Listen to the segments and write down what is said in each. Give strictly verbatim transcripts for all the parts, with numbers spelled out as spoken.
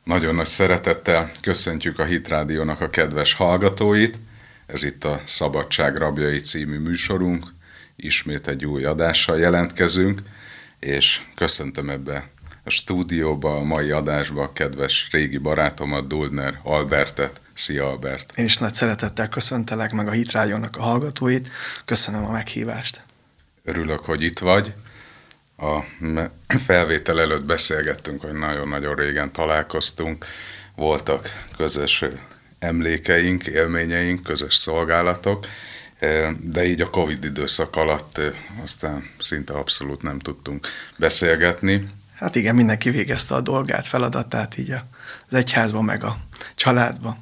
Nagyon nagy szeretettel köszöntjük a Hit Rádiónak a kedves hallgatóit. Ez itt a Szabadság rabjai című műsorunk. Ismét egy új adással jelentkezünk, és köszöntöm ebbe a stúdióba, a mai adásba a kedves régi barátomat, Duldner Albertet. Szia, Albert! Én is nagy szeretettel köszöntelek meg a Hit Rádiónak a hallgatóit. Köszönöm a meghívást. Örülök, hogy itt vagy. A felvétel előtt beszélgettünk, hogy nagyon-nagyon régen találkoztunk. Voltak közös emlékeink, élményeink, közös szolgálatok, de így a Covid időszak alatt aztán szinte abszolút nem tudtunk beszélgetni. Hát igen, mindenki végezte a dolgát, feladatát így az egyházban, meg a családban.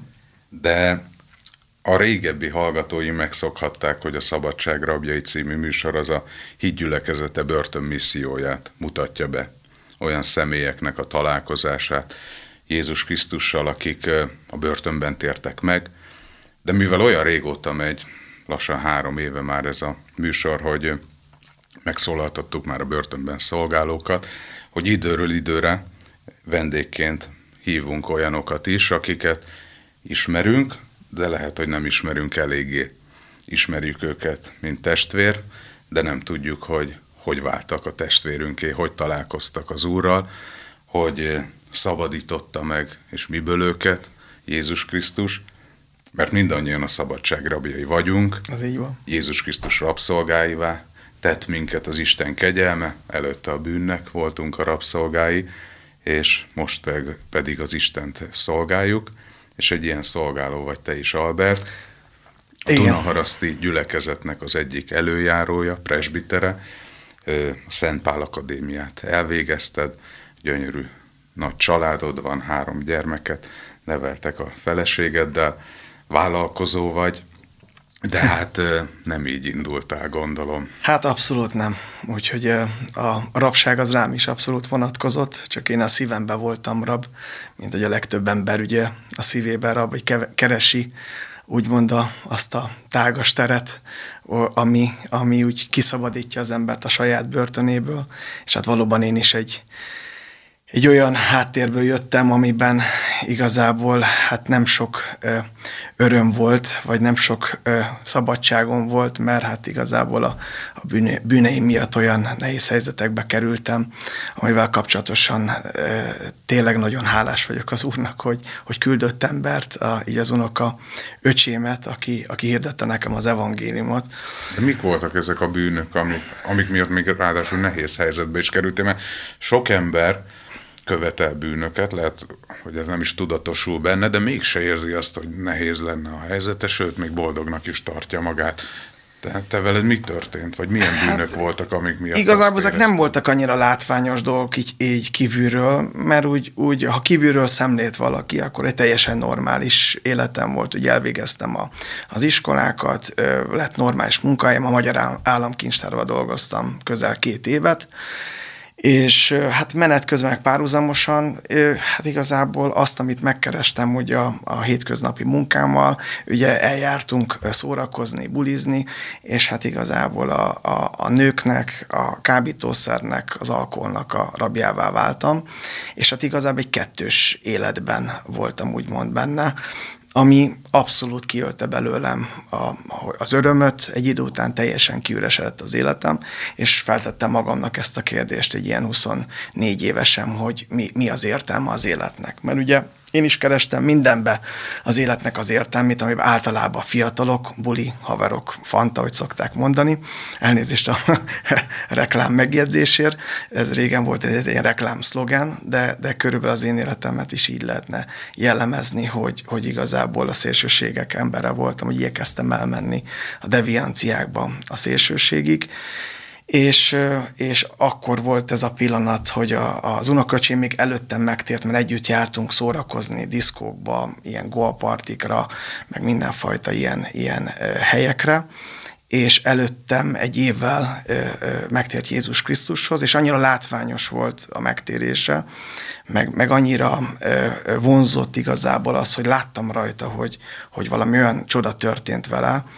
De a régebbi hallgatói megszokhatták, hogy a Szabadság rabjai című műsor az a hitgyülekezete börtönmisszióját mutatja be. Olyan személyeknek a találkozását Jézus Krisztussal, akik a börtönben tértek meg. De mivel olyan régóta megy, lassan három éve már ez a műsor, hogy megszólaltattuk már a börtönben szolgálókat, hogy időről időre vendégként hívunk olyanokat is, akiket ismerünk, de lehet, hogy nem ismerünk eléggé. Ismerjük őket, mint testvér, de nem tudjuk, hogy hogy váltak a testvérünké, hogy találkoztak az Úrral, hogy szabadította meg, és miből őket Jézus Krisztus, mert mindannyian a szabadság rabjai vagyunk. Az így van. Jézus Krisztus rabszolgáivá tett minket az Isten kegyelme, előtte a bűnnek voltunk a rabszolgái, és most pedig az Istent szolgáljuk, és egy ilyen szolgáló vagy te is, Albert. A Dunaharaszti gyülekezetnek az egyik előjárója, presbitere, a Szent Pál Akadémiát elvégezted, gyönyörű nagy családod van, három gyermeket neveltek a feleségeddel, vállalkozó vagy, de hát nem így indultál, gondolom. Hát abszolút nem. Úgyhogy a rabság az rám is abszolút vonatkozott, csak én a szívemben voltam rab, mint hogy a legtöbb ember ugye a szívében rab, hogy keresi úgymond a, azt a tágas teret, ami, ami úgy kiszabadítja az embert a saját börtönéből, és hát valóban én is egy Egy olyan háttérből jöttem, amiben igazából hát nem sok ö, öröm volt, vagy nem sok ö, szabadságom volt, mert hát igazából a, a bűne, bűneim miatt olyan nehéz helyzetekbe kerültem, amivel kapcsolatosan ö, tényleg nagyon hálás vagyok az Úrnak, hogy, hogy küldött embert, a, így az unoka öcsémet, aki, aki hirdette nekem az evangéliumot. De mik voltak ezek a bűnök, amik, amik miatt még ráadásul nehéz helyzetbe is kerültél, mert sok ember követel bűnöket, lehet, hogy ez nem is tudatosul benne, de mégse érzi azt, hogy nehéz lenne a helyzete, sőt, még boldognak is tartja magát. Te, te veled mi történt? Vagy milyen bűnök hát, voltak, amik miatt igazából ezek nem voltak annyira látványos dolgok így, így kívülről, mert úgy, úgy, ha kívülről szemlélt valaki, akkor egy teljesen normális életem volt, úgy elvégeztem a, az iskolákat, lett normális munkahelyem, a Magyar Államkincstárban dolgoztam közel két évet, és hát menet közben meg párhuzamosan, hát igazából azt, amit megkerestem ugye a, a hétköznapi munkámmal, ugye eljártunk szórakozni, bulizni, és hát igazából a, a, a nőknek, a kábítószernek, az alkoholnak a rabjává váltam, és hát igazából egy kettős életben voltam úgymond benne, ami abszolút kiölte belőlem a, az örömöt, egy idő után teljesen kiüresedett az életem, és feltettem magamnak ezt a kérdést egy ilyen huszonnégy évesen, hogy mi, mi az értelme az életnek. Mert ugye én is kerestem mindenbe az életnek az értelmét, amiben általában fiatalok, buli, haverok, fanta, hogy szokták mondani. Elnézést a reklám megjegyzésért. Ez régen volt egy ilyen reklám szlogán, de, de körülbelül az én életemet is így lehetne jellemezni, hogy, hogy igazából a szélsőségek embere voltam, hogy igyekeztem elmenni a devianciákba a szélsőségig. És, és akkor volt ez a pillanat, hogy a, az unoköcsém még előttem megtért, mert együtt jártunk szórakozni diszkókba, ilyen golpartikra, meg mindenfajta ilyen, ilyen helyekre, és előttem egy évvel ö, ö, megtért Jézus Krisztushoz, és annyira látványos volt a megtérése, meg, meg annyira ö, vonzott igazából az, hogy láttam rajta, hogy, hogy valami olyan csoda történt vele,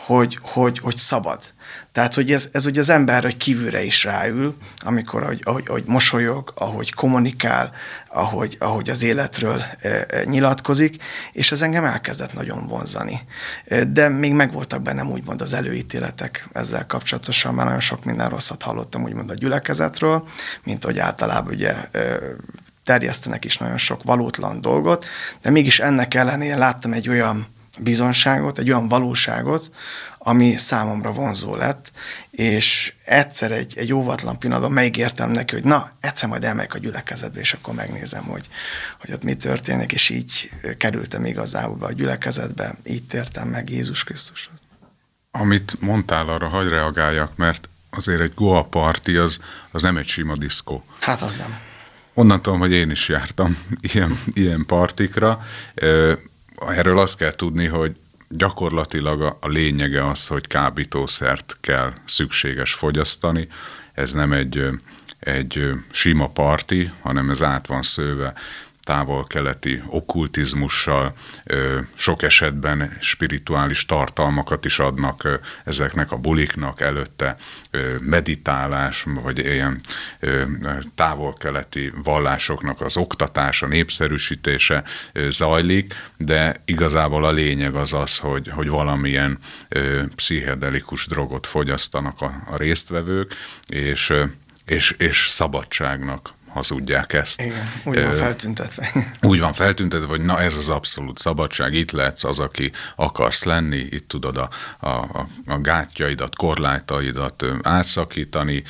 hogy, hogy, hogy szabad. Tehát, hogy ez, ez ugye az ember, hogy kívülre is ráül, amikor ahogy, ahogy, ahogy mosolyog, ahogy kommunikál, ahogy, ahogy az életről e, e, nyilatkozik, és ez engem elkezdett nagyon vonzani. De még megvoltak bennem úgymond az előítéletek ezzel kapcsolatosan, mert nagyon sok minden rosszat hallottam úgymond a gyülekezetről, mint hogy általában ugye e, terjesztenek is nagyon sok valótlan dolgot, de mégis ennek ellenére láttam egy olyan bizonságot, egy olyan valóságot, ami számomra vonzó lett, és egyszer egy, egy óvatlan pillanatban megígértem neki, hogy na, egyszer majd elmegyek a gyülekezetbe, és akkor megnézem, hogy, hogy ott mi történik, és így kerültem igazából be a gyülekezetbe, így tértem meg Jézus Krisztushoz. Amit mondtál, arra hadd reagáljak, mert azért egy Goa party az, az nem egy sima diszkó. Hát az nem. Onnan tudom, hogy én is jártam ilyen, ilyen partikra. Erről azt kell tudni, hogy gyakorlatilag a, a lényege az, hogy kábítószert kell szükséges fogyasztani. Ez nem egy, egy sima parti, hanem ez át van szőve távol-keleti okkultizmussal, sok esetben spirituális tartalmakat is adnak ezeknek a buliknak, előtte meditálás, vagy ilyen távol-keleti vallásoknak az oktatása, népszerűsítése zajlik, de igazából a lényeg az az, hogy, hogy valamilyen pszichedelikus drogot fogyasztanak a, a résztvevők, és, és, és szabadságnak hazudják ezt. Igen, úgy van feltüntetve. Úgy van feltüntetve, hogy na ez az abszolút szabadság, itt lehetsz az, aki akarsz lenni, itt tudod a, a, a gátjaidat, korlátaidat átszakítani,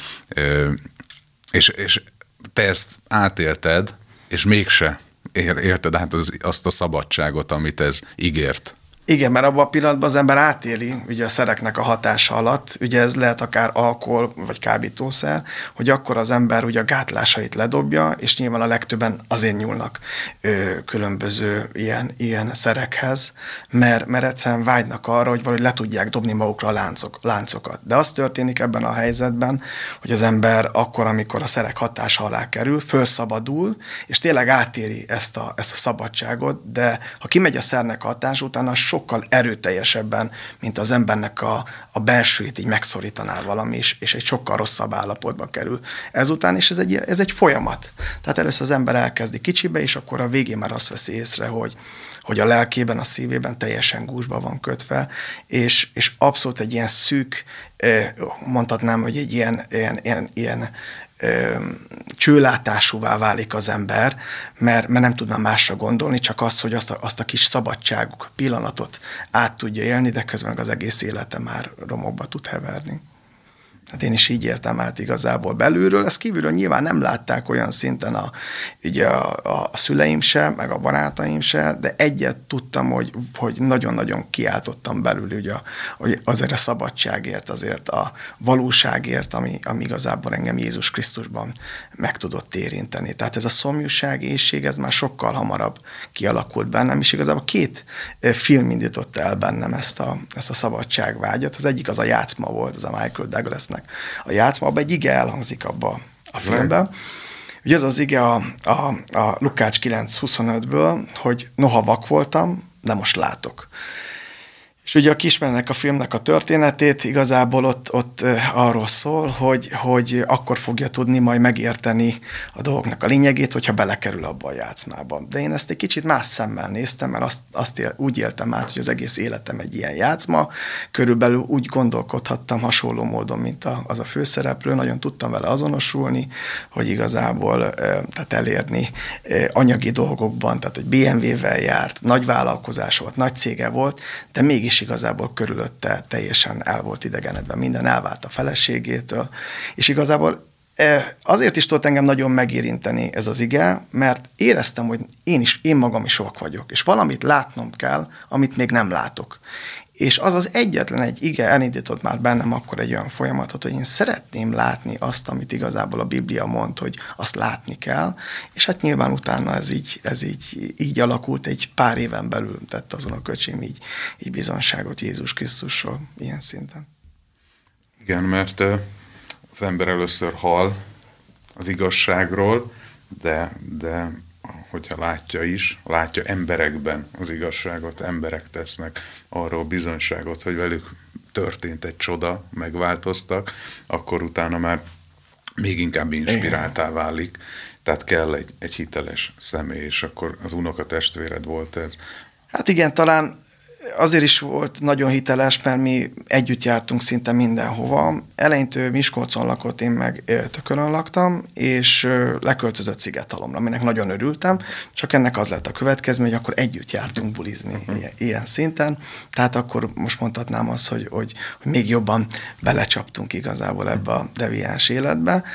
és, és te ezt átélted, és mégse érted át az, azt a szabadságot, amit ez ígért. Igen, mert abban a pillanatban az ember átéli ugye a szereknek a hatása alatt, ugye ez lehet akár alkohol vagy kábítószer, hogy akkor az ember ugye a gátlásait ledobja, és nyilván a legtöbben azért nyúlnak ö, különböző ilyen, ilyen szerekhez, mert, mert egyszerűen vágynak arra, hogy valahogy le tudják dobni magukra a láncok, láncokat. De az történik ebben a helyzetben, hogy az ember akkor, amikor a szerek hatása alá kerül, fölszabadul, és tényleg átéri ezt a, ezt a szabadságot, de ha kimegy a szernek hatás, utána sokkal erőteljesebben, mint az embernek a, a belsőjét így megszorítaná valami, és, és egy sokkal rosszabb állapotba kerül. Ezután is ez egy, ez egy folyamat. Tehát először az ember elkezdi kicsibe, és akkor a végén már azt veszi észre, hogy, hogy a lelkében, a szívében teljesen gúzsba van kötve, és, és abszolút egy ilyen szűk, mondhatnám, hogy egy ilyen, ilyen, ilyen, ilyen csőlátásúvá válik az ember, mert, mert nem tudna másra gondolni, csak azt, hogy azt a, azt a kis szabadságuk pillanatot át tudja élni, de közben az egész élete már romokba tud heverni. Hát én is így értem át igazából belülről. Ezt kívülről nyilván nem látták olyan szinten a, ugye a, a szüleim se, meg a barátaim se, de egyet tudtam, hogy, hogy nagyon-nagyon kiáltottam belül, ugye, hogy azért a szabadságért, azért a valóságért, ami, ami igazából engem Jézus Krisztusban meg tudott érinteni. Tehát ez a szomjúság, éhség, ez már sokkal hamarabb kialakult bennem, és igazából két film indította el bennem ezt a, ezt a szabadságvágyat. Az egyik az a Játszma volt, az a Michael Douglasnek a Játszma, abban egy ige elhangzik abba a filmben. Ugye ez az ige a, a, a Lukács kilenc huszonötből, hogy noha vak voltam, de most látok. És ugye a kismennek a filmnek a történetét, igazából ott, ott arról szól, hogy, hogy akkor fogja tudni majd megérteni a dolgoknak a lényegét, hogyha belekerül abba a játszmába. De én ezt egy kicsit más szemmel néztem, mert azt, azt él, úgy éltem át, hogy az egész életem egy ilyen játszma. Körülbelül úgy gondolkodhattam hasonló módon, mint a, az a főszereplő. Nagyon tudtam vele azonosulni, hogy igazából tehát elérni anyagi dolgokban, tehát hogy bé em vé-vel járt, nagy vállalkozás volt, nagy cége volt, de mégis és igazából körülötte teljesen el volt idegenedve minden, elvált a feleségétől, és igazából azért is tudott engem nagyon megérinteni ez az ige, mert éreztem, hogy én is, én magam is vak vagyok, és valamit látnom kell, amit még nem látok. És az az egyetlen egy ige elindított már bennem akkor egy olyan folyamatot, hogy én szeretném látni azt, amit igazából a Biblia mond, hogy azt látni kell, és hát nyilván utána ez így, ez így, így alakult, egy pár éven belül tett az unoköcsém így, így bizonságot Jézus Krisztusról ilyen szinten. Igen, mert az ember először hall az igazságról, de, de hogyha látja is, látja emberekben az igazságot, emberek tesznek arról bizonyságot, hogy velük történt egy csoda, megváltoztak, akkor utána már még inkább inspiráltá válik. Tehát kell egy, egy hiteles személy, és akkor az unokatestvéred volt ez. Hát igen, talán azért is volt nagyon hiteles, mert mi együtt jártunk szinte mindenhova. Eleinte ő Miskolcon lakott, én meg Tökölön laktam, és leköltözött Szigetalomra, aminek nagyon örültem, csak ennek az lett a következmény, hogy akkor együtt jártunk bulizni uh-huh. ilyen, ilyen szinten. Tehát akkor most mondhatnám azt, hogy, hogy, hogy még jobban belecsaptunk igazából ebbe a deviáns életbe.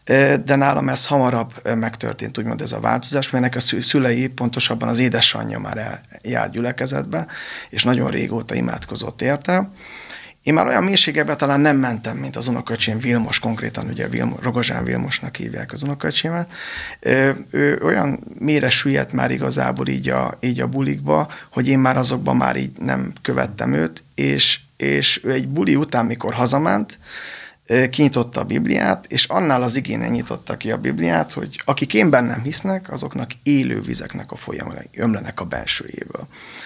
De nálam ez hamarabb megtörtént, úgymond ez a változás, mert ennek a szülei, pontosabban az édesanyja már eljárt gyülekezetbe, és nagyon régóta imádkozott érte. Én már olyan mélységekben talán nem mentem, mint az unoköcsém Vilmos, konkrétan ugye Vilmos, Rogozsán Vilmosnak hívják az unoköcsémet. Ő, ő olyan mélyre süllyedt már igazából így a, így a bulikba, hogy én már azokban már így nem követtem őt, és, és ő egy buli után, mikor hazament, kinyitotta a Bibliát, és annál az igénen nyitotta ki a Bibliát, hogy akik én bennem hisznek, azoknak élő vizeknek a folyamai ömlenek a belsőjéből.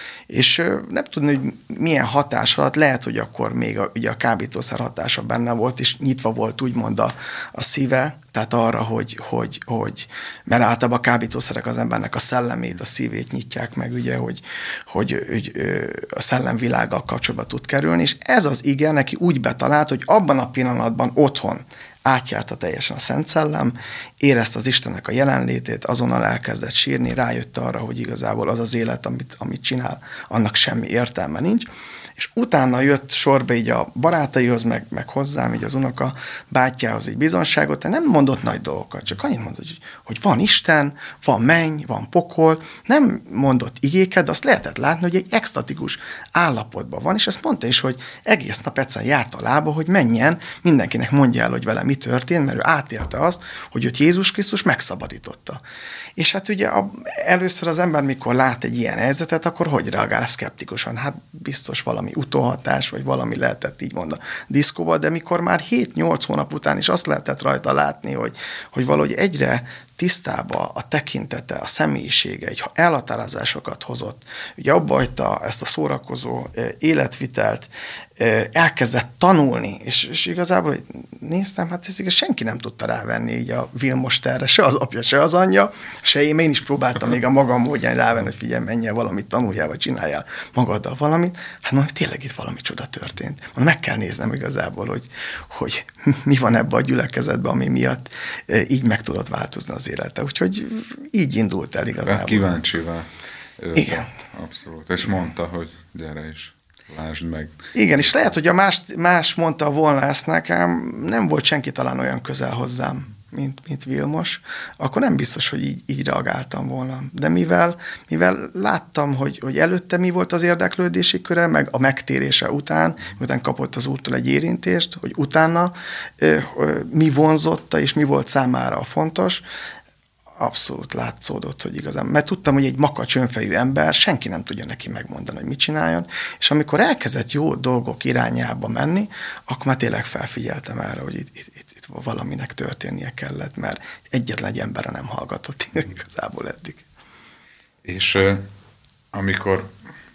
És nem tudni, hogy milyen hatás alatt, lehet, hogy akkor még a, ugye a kábítószer hatása benne volt, és nyitva volt úgymond a, a szíve, tehát arra, hogy, hogy, hogy, mert általában a kábítószerek az embernek a szellemét, a szívét nyitják meg, ugye, hogy, hogy, hogy a szellemvilággal kapcsolatba tud kerülni, és ez az ige neki úgy betalált, hogy abban a pillanatban otthon átjárta teljesen a Szent Szellem, érezte az Istennek a jelenlétét, azonnal elkezdett sírni, rájött arra, hogy igazából az az élet, amit, amit csinál, annak semmi értelme nincs, és utána jött sorba így a barátaihoz, meg, meg hozzám, így az unoka bátyjához egy bizonságot, de nem mondott nagy dolgokat, csak annyit mondott, hogy, hogy van Isten, van menny, van pokol, nem mondott igéket, de azt lehetett látni, hogy egy extatikus állapotban van, és ezt mondta is, hogy egész nap egyszerűen járt a lába, hogy menjen, mindenkinek mondja el, hogy vele mi történt, mert ő átélte azt, hogy őt Jézus Krisztus megszabadította. És hát ugye a, először az ember, mikor lát egy ilyen helyzetet, akkor hogy reagál szkeptikusan? Hát biztos valami utóhatás, vagy valami lehetett így mondani diszkóban, de mikor már hét-nyolc hónap után is azt lehetett rajta látni, hogy, hogy valahogy egyre tisztába a tekintete, a személyisége, egy elhatározásokat hozott. Ugye abba hagyta ezt a szórakozó életvitelt, elkezdett tanulni, és, és igazából hogy néztem, hát ez igaz, senki nem tudta rávenni így a Vilmost erre, se az apja, se az anyja, se én, én is próbáltam még a magam módján rávenni, hogy figyelj, menjél valamit, tanuljál, vagy csináljál magaddal valamit. Hát mondom, tényleg itt valami csoda történt. Mondom, meg kell néznem igazából, hogy, hogy mi van ebben a gyülekezetben, ami miatt így meg tudott változni az élete. Úgyhogy így indult el igazából. Hát kíváncsivá. Igen. Abszolút. És mondta, hogy gyere is. Lásd meg. Igen, és lehet, hogy a más, más mondta volna ezt nekem, nem volt senki talán olyan közel hozzám, mint, mint Vilmos, akkor nem biztos, hogy így, így reagáltam volna. De mivel, mivel láttam, hogy, hogy előtte mi volt az érdeklődési köre, meg a megtérése után, miután kapott az Úrtól egy érintést, hogy utána ö, ö, mi vonzotta, és mi volt számára a fontos, abszolút látszódott, hogy igazán, mert tudtam, hogy egy makacs önfejű ember, senki nem tudja neki megmondani, hogy mit csináljon, és amikor elkezdett jó dolgok irányába menni, akkor már tényleg felfigyeltem erre, hogy itt, itt, itt, itt valaminek történnie kellett, mert egyetlen egy emberre nem hallgatott igazából eddig. És uh, amikor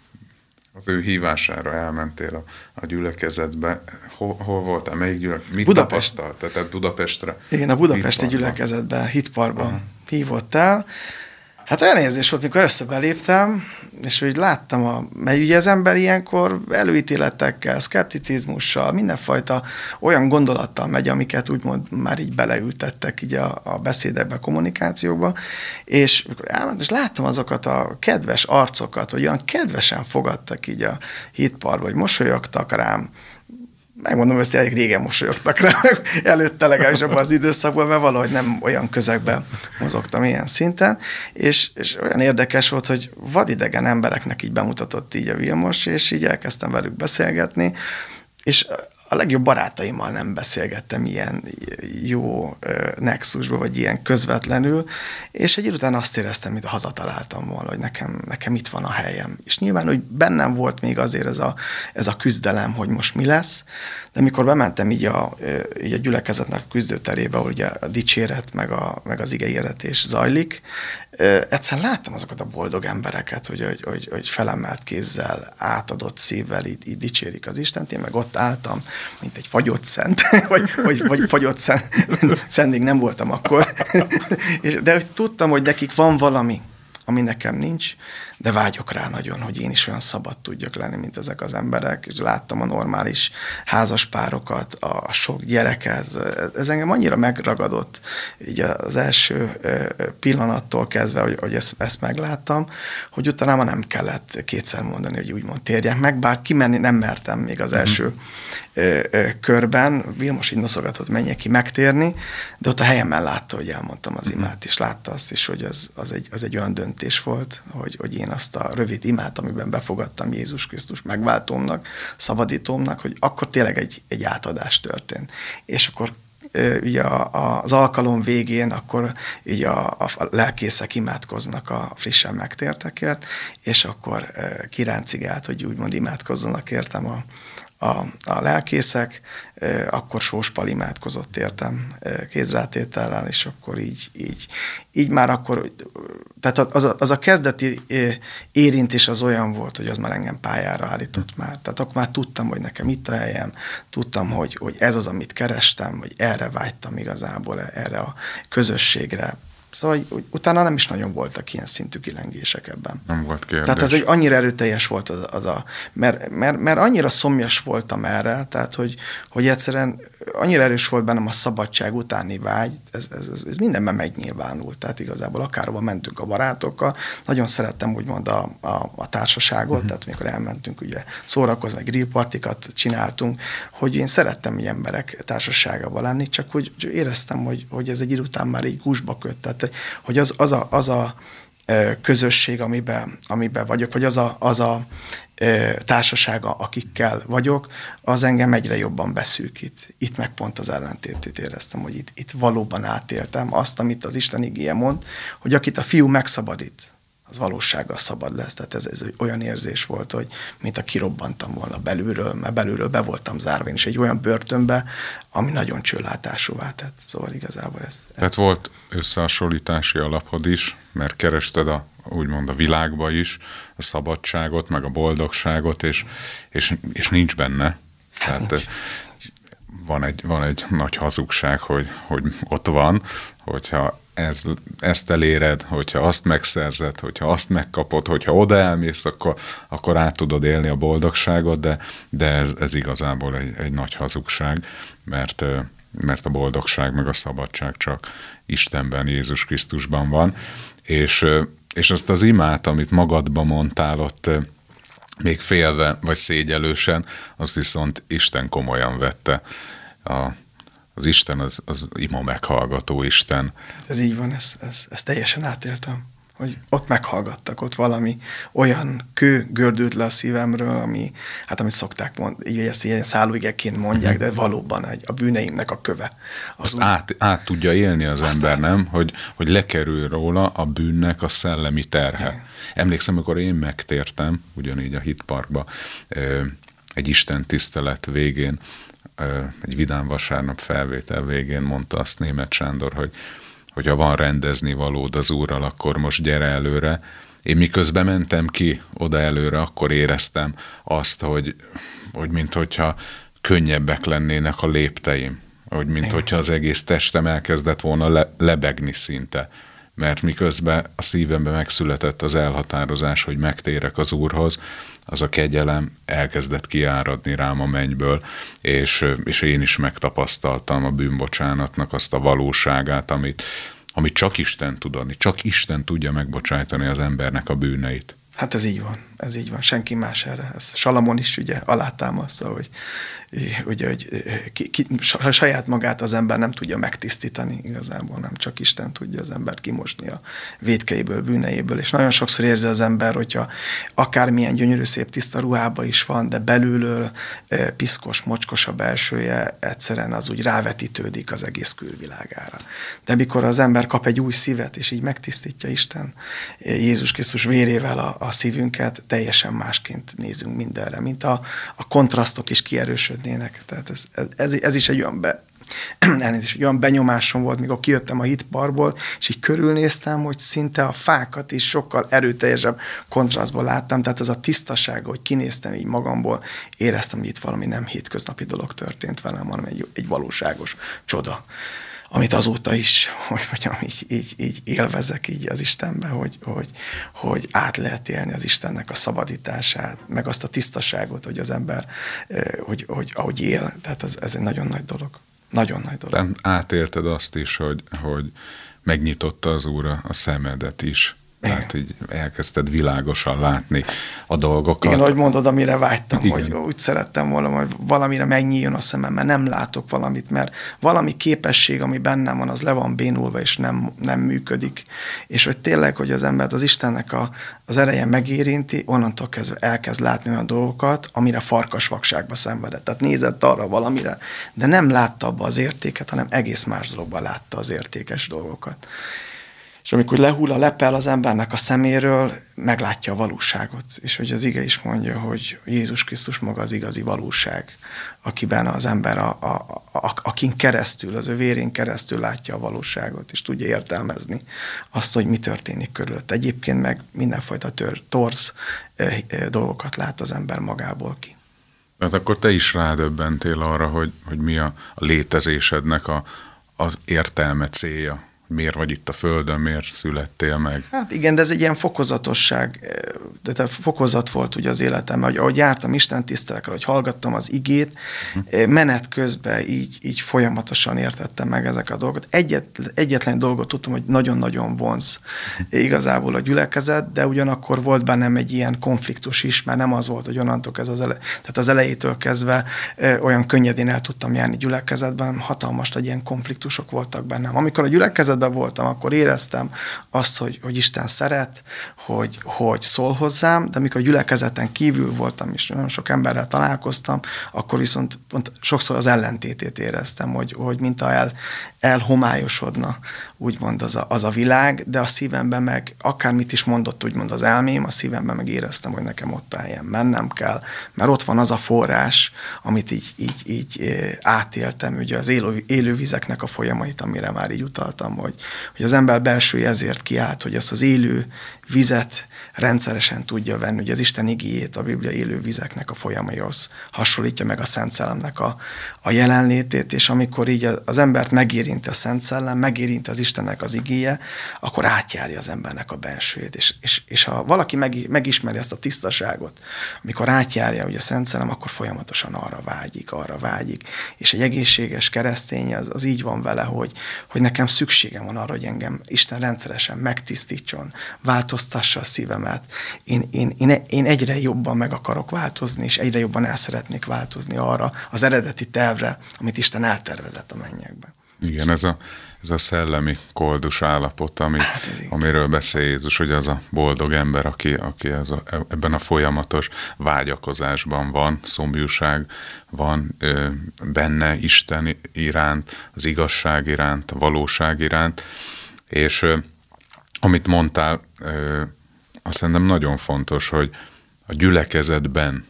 az ő hívására elmentél a, a gyülekezetbe, hol, hol voltál, melyik gyülekezet? Mit Budapest. tapasztaltál? Tehát Budapestre? Igen, a budapesti gyülekezetben, Hitparkban uh-huh. hívott el. Hát olyan érzés volt, mikor először beléptem, és úgy láttam, a, mert ugye az ember ilyenkor előítéletekkel, szkepticizmussal, mindenfajta olyan gondolattal megy, amiket úgymond már így beleültettek így a, a beszédekbe, a kommunikációkba, és mikor elmentem, és láttam azokat a kedves arcokat, hogy olyan kedvesen fogadtak így a Hitparkba, hogy mosolyogtak rám, megmondom, hogy ezt elég régen mosolyogtak rá, előtte legalábbis abban az időszakban, mert valahogy nem olyan közegben mozogtam ilyen szinten, és, és olyan érdekes volt, hogy vadidegen embereknek így bemutatott így a Vilmos, és így elkezdtem velük beszélgetni, és a legjobb barátaimmal nem beszélgettem ilyen jó nexusba, vagy ilyen közvetlenül, és egy idő után azt éreztem, mint hazataláltam volna, hogy nekem, nekem itt van a helyem. És nyilván, hogy bennem volt még azért ez a, ez a küzdelem, hogy most mi lesz, de mikor bementem így a, így a gyülekezetnek a küzdőterébe, ahol ugye a dicséret, meg, a, meg az igeijedetés zajlik, Egyszer láttam azokat a boldog embereket, hogy, hogy, hogy, hogy felemelt kézzel, átadott szívvel így, így dicsérik az Istent, én meg ott álltam, mint egy fagyott szent, vagy, vagy, vagy fagyott szent, szent még nem voltam akkor, de hogy tudtam, hogy nekik van valami, ami nekem nincs, de vágyok rá nagyon, hogy én is olyan szabad tudjak lenni, mint ezek az emberek, és láttam a normális házaspárokat, a sok gyereket, ez engem annyira megragadott, így az első pillanattól kezdve, hogy, hogy ezt, ezt megláttam, hogy utána nem kellett kétszer mondani, hogy úgymond térjek meg, bár kimenni nem mertem még az első uh-huh. körben, Vilmos így noszogatott, menjek ki megtérni, de ott a helyemen látta, hogy elmondtam az imát, uh-huh. és látta azt is, hogy az, az, egy, az egy olyan döntés volt, hogy, hogy én azt a rövid imát, amiben befogadtam Jézus Krisztus megváltómnak, szabadítómnak, hogy akkor tényleg egy, egy átadás történt. És akkor ugye az alkalom végén akkor ugye a, a lelkészek imádkoznak a frissen megtértekért, és akkor kiráncigált, hogy úgymond imádkozzanak értem a, a, a lelkészek, akkor Sóspal imádkozott értem kézrátétellel, és akkor így, így, így már akkor, tehát az a, az a kezdeti érintés az olyan volt, hogy az már engem pályára állított már. Tehát akkor már tudtam, hogy nekem itt a helyem, tudtam, hogy, hogy ez az, amit kerestem, hogy erre vágytam igazából, erre a közösségre. Szóval hogy utána nem is nagyon voltak ilyen szintű kilengések ebben. Nem volt kérdés. Tehát ez egy annyira erőteljes volt az, az a... Mert, mert, mert annyira szomjas voltam erre, tehát hogy, hogy egyszerűen annyira erős volt bennem a szabadság utáni vágy, ez, ez, ez, ez mindenben megnyilvánult. Tehát igazából akárhova mentünk a barátokkal, nagyon szerettem úgymond a, a, a társaságot, uh-huh. tehát amikor elmentünk ugye szórakozni, meg grillpartikat csináltunk, hogy én szerettem így emberek társaságával lenni, csak hogy éreztem, hogy, hogy ez egy idő után már így gúzsba köt. Tehát, hogy az, az, a, az a közösség, amiben, amiben vagyok, vagy az a, az a társasága, akikkel vagyok, az engem egyre jobban beszűkít. Itt meg pont az ellentétét éreztem, hogy itt, itt valóban átéltem azt, amit az Isten igéje mond, hogy akit a fiú megszabadít, az valósággal szabad lesz. Tehát ez, ez olyan érzés volt, hogy mint a kirobbantam volna belülről, mert belülről be voltam zárva én is egy olyan börtönbe, ami nagyon csőlátásúvá tett. Szóval igazából ez... Tehát ez... volt összehasonlítási alapod is, mert kerested a, úgymond a világba is a szabadságot, meg a boldogságot, és, és, és nincs benne. Hát Tehát nincs. Van, egy, van egy nagy hazugság, hogy, hogy ott van, hogyha Ez, ezt eléred, hogyha azt megszerzed, hogyha azt megkapod, hogyha oda elmész, akkor, akkor át tudod élni a boldogságot, de, de ez, ez igazából egy, egy nagy hazugság, mert, mert a boldogság meg a szabadság csak Istenben, Jézus Krisztusban van. És, és azt az imát, amit magadba mondtál ott, még félve vagy szégyelősen, azt viszont Isten komolyan vette. A Az Isten az, az ima meghallgató Isten. Ez így van, ezt ez, ez teljesen átéltem, hogy ott meghallgattak, ott valami olyan kő gördült le a szívemről, ami, hát amit szokták mondani, így ezt ilyen szállóigeként mondják, de valóban egy, a bűneimnek a köve. Az Azt úgy, át, át tudja élni az ember, át. nem? Hogy, hogy lekerül róla a bűnnek a szellemi terhe. Igen. Emlékszem, amikor én megtértem, ugyanígy a Hitparkba, egy Isten tisztelet végén, egy vidám vasárnap felvétel végén mondta azt Németh Sándor, hogy, hogy ha van rendezni valód az Úrral, akkor most gyere előre. Én miközben mentem ki oda előre, akkor éreztem azt, hogy, hogy minthogyha könnyebbek lennének a lépteim, hogy minthogyha az egész testem elkezdett volna le, lebegni szinte. Mert miközben a szívemben megszületett az elhatározás, hogy megtérek az Úrhoz, az a kegyelem elkezdett kiáradni rám a mennyből, és, és én is megtapasztaltam a bűnbocsánatnak azt a valóságát, amit, amit csak Isten tud adni, csak Isten tudja megbocsájtani az embernek a bűneit. Hát ez így van, ez így van, senki más erre. Ez Salamon is ugye alátámasztja, hogy, ugye, hogy ki, ki, saját magát az ember nem tudja megtisztítani igazából, nem csak Isten tudja az embert kimosni a vétkeiből, bűneiből, és nagyon sokszor érzi az ember, hogyha akármilyen gyönyörű, szép, tiszta ruhába is van, de belülről piszkos, mocskos a belsője, egyszerűen az úgy rávetítődik az egész külvilágára. De mikor az ember kap egy új szívet, és így megtisztítja Isten Jézus Krisztus vérével a, a szívünket, teljesen másként nézünk mindenre, mint a, a kontrasztok is kierősödnének. Tehát ez, ez, ez is egy olyan be, elnézést, olyan benyomásom volt, mikor kijöttem a hitparkból, és így körülnéztem, hogy szinte a fákat is sokkal erőteljesebb kontrasztból láttam, tehát ez a tisztaság, hogy kinéztem így magamból, éreztem, hogy itt valami nem hétköznapi dolog történt velem, hanem egy, egy valóságos csoda, amit azóta is, hogy mondjam, így, így, így élvezek így az Istenbe, hogy, hogy, hogy át lehet élni az Istennek a szabadítását, meg azt a tisztaságot, hogy az ember, hogy, hogy ahogy él, tehát ez, ez egy nagyon nagy dolog. Nagyon nagy dolog. Átélted azt is, hogy, hogy megnyitotta az Úr a szemedet is. Igen. Tehát így elkezdted világosan látni a dolgokat. Igen, ahogy mondod, amire vágytam, Igen. hogy úgy szerettem volna, hogy valamire megnyíljon a szemem, mert nem látok valamit, mert valami képesség, ami bennem van, az le van bénulva, és nem, nem működik. És hogy tényleg, hogy az embert az Istennek a, az ereje megérinti, onnantól kezdve elkezd látni olyan dolgokat, amire farkasvakságba szenvedett. Tehát nézett arra valamire, de nem látta abba az értéket, hanem egész más dologban látta az értékes dolgokat. És amikor lehull a lepel az embernek a szeméről, meglátja a valóságot. És hogy az ige is mondja, hogy Jézus Krisztus maga az igazi valóság, akiben az ember, a, a, a, akin keresztül, az ő vérén keresztül látja a valóságot, és tudja értelmezni azt, hogy mi történik körülött. Egyébként meg mindenfajta tör, torz eh, eh, dolgokat lát az ember magából ki. Hát akkor te is rádöbbentél arra, hogy, hogy mi a, a létezésednek a, az értelme, célja. Miért vagy itt a Földön, miért születtél meg? Hát igen, de ez egy ilyen fokozatosság, de fokozat volt ugye az életemben, hogy ahogy jártam Isten tisztelekre, hogy hallgattam az igét, uh-huh. menet közben így, így folyamatosan értettem meg ezek a dolgokat. Egyet, egyetlen dolgot tudtam, hogy nagyon-nagyon vonz uh-huh. igazából a gyülekezet, de ugyanakkor volt bennem egy ilyen konfliktus is, mert nem az volt, hogy onnantól ez az, ele, tehát az elejétől kezdve olyan könnyedén el tudtam járni gyülekezetben, hatalmas egy ilyen konfliktusok voltak bennem. Amikor a gyülekezet voltam, akkor éreztem azt, hogy, hogy Isten szeret, hogy, hogy szól hozzám, de amikor a gyülekezeten kívül voltam, és nagyon sok emberrel találkoztam, akkor viszont pont sokszor az ellentétét éreztem, hogy, hogy mintha el, elhomályosodna, úgymond az a, az a világ, de a szívemben meg, akármit is mondott, úgymond az elmém, a szívemben meg éreztem, hogy nekem ott a helyem, mennem kell, mert ott van az a forrás, amit így, így, így átéltem, ugye az élő, élővizeknek a folyamait, amire már így utaltam, hogy, hogy az ember belsője ezért kiállt, hogy ezt az élő vizet rendszeresen tudja venni, ugye az Isten igéjét, a Biblia élő vizeknek a folyamaihoz hasonlítja meg a Szent Szellemnek a, a jelenlétét, és amikor így az embert megérinti a Szent Szellem, megérinti az Istennek az igéje, akkor átjárja az embernek a bensőjét, és, és, és ha valaki meg, megismeri ezt a tisztaságot, amikor átjárja ugye a Szent Szellem, akkor folyamatosan arra vágyik, arra vágyik, és egy egészséges keresztény az, az így van vele, hogy, hogy nekem szükségem van arra, hogy engem Isten rendszeresen megtisztítson, változtassa a szívemet. Én, én, én, én egyre jobban meg akarok változni, és egyre jobban el szeretnék változni arra az eredeti tervre, amit Isten eltervezett a mennyekben. Igen, ez a, ez a szellemi koldus állapot, ami, hát amiről beszél Jézus, hogy az a boldog ember, aki, aki ez a, ebben a folyamatos vágyakozásban van, szomjúság van ö, benne Isten iránt, az igazság iránt, a valóság iránt, és ö, amit mondtál, ö, azt szerintem nagyon fontos, hogy a gyülekezetben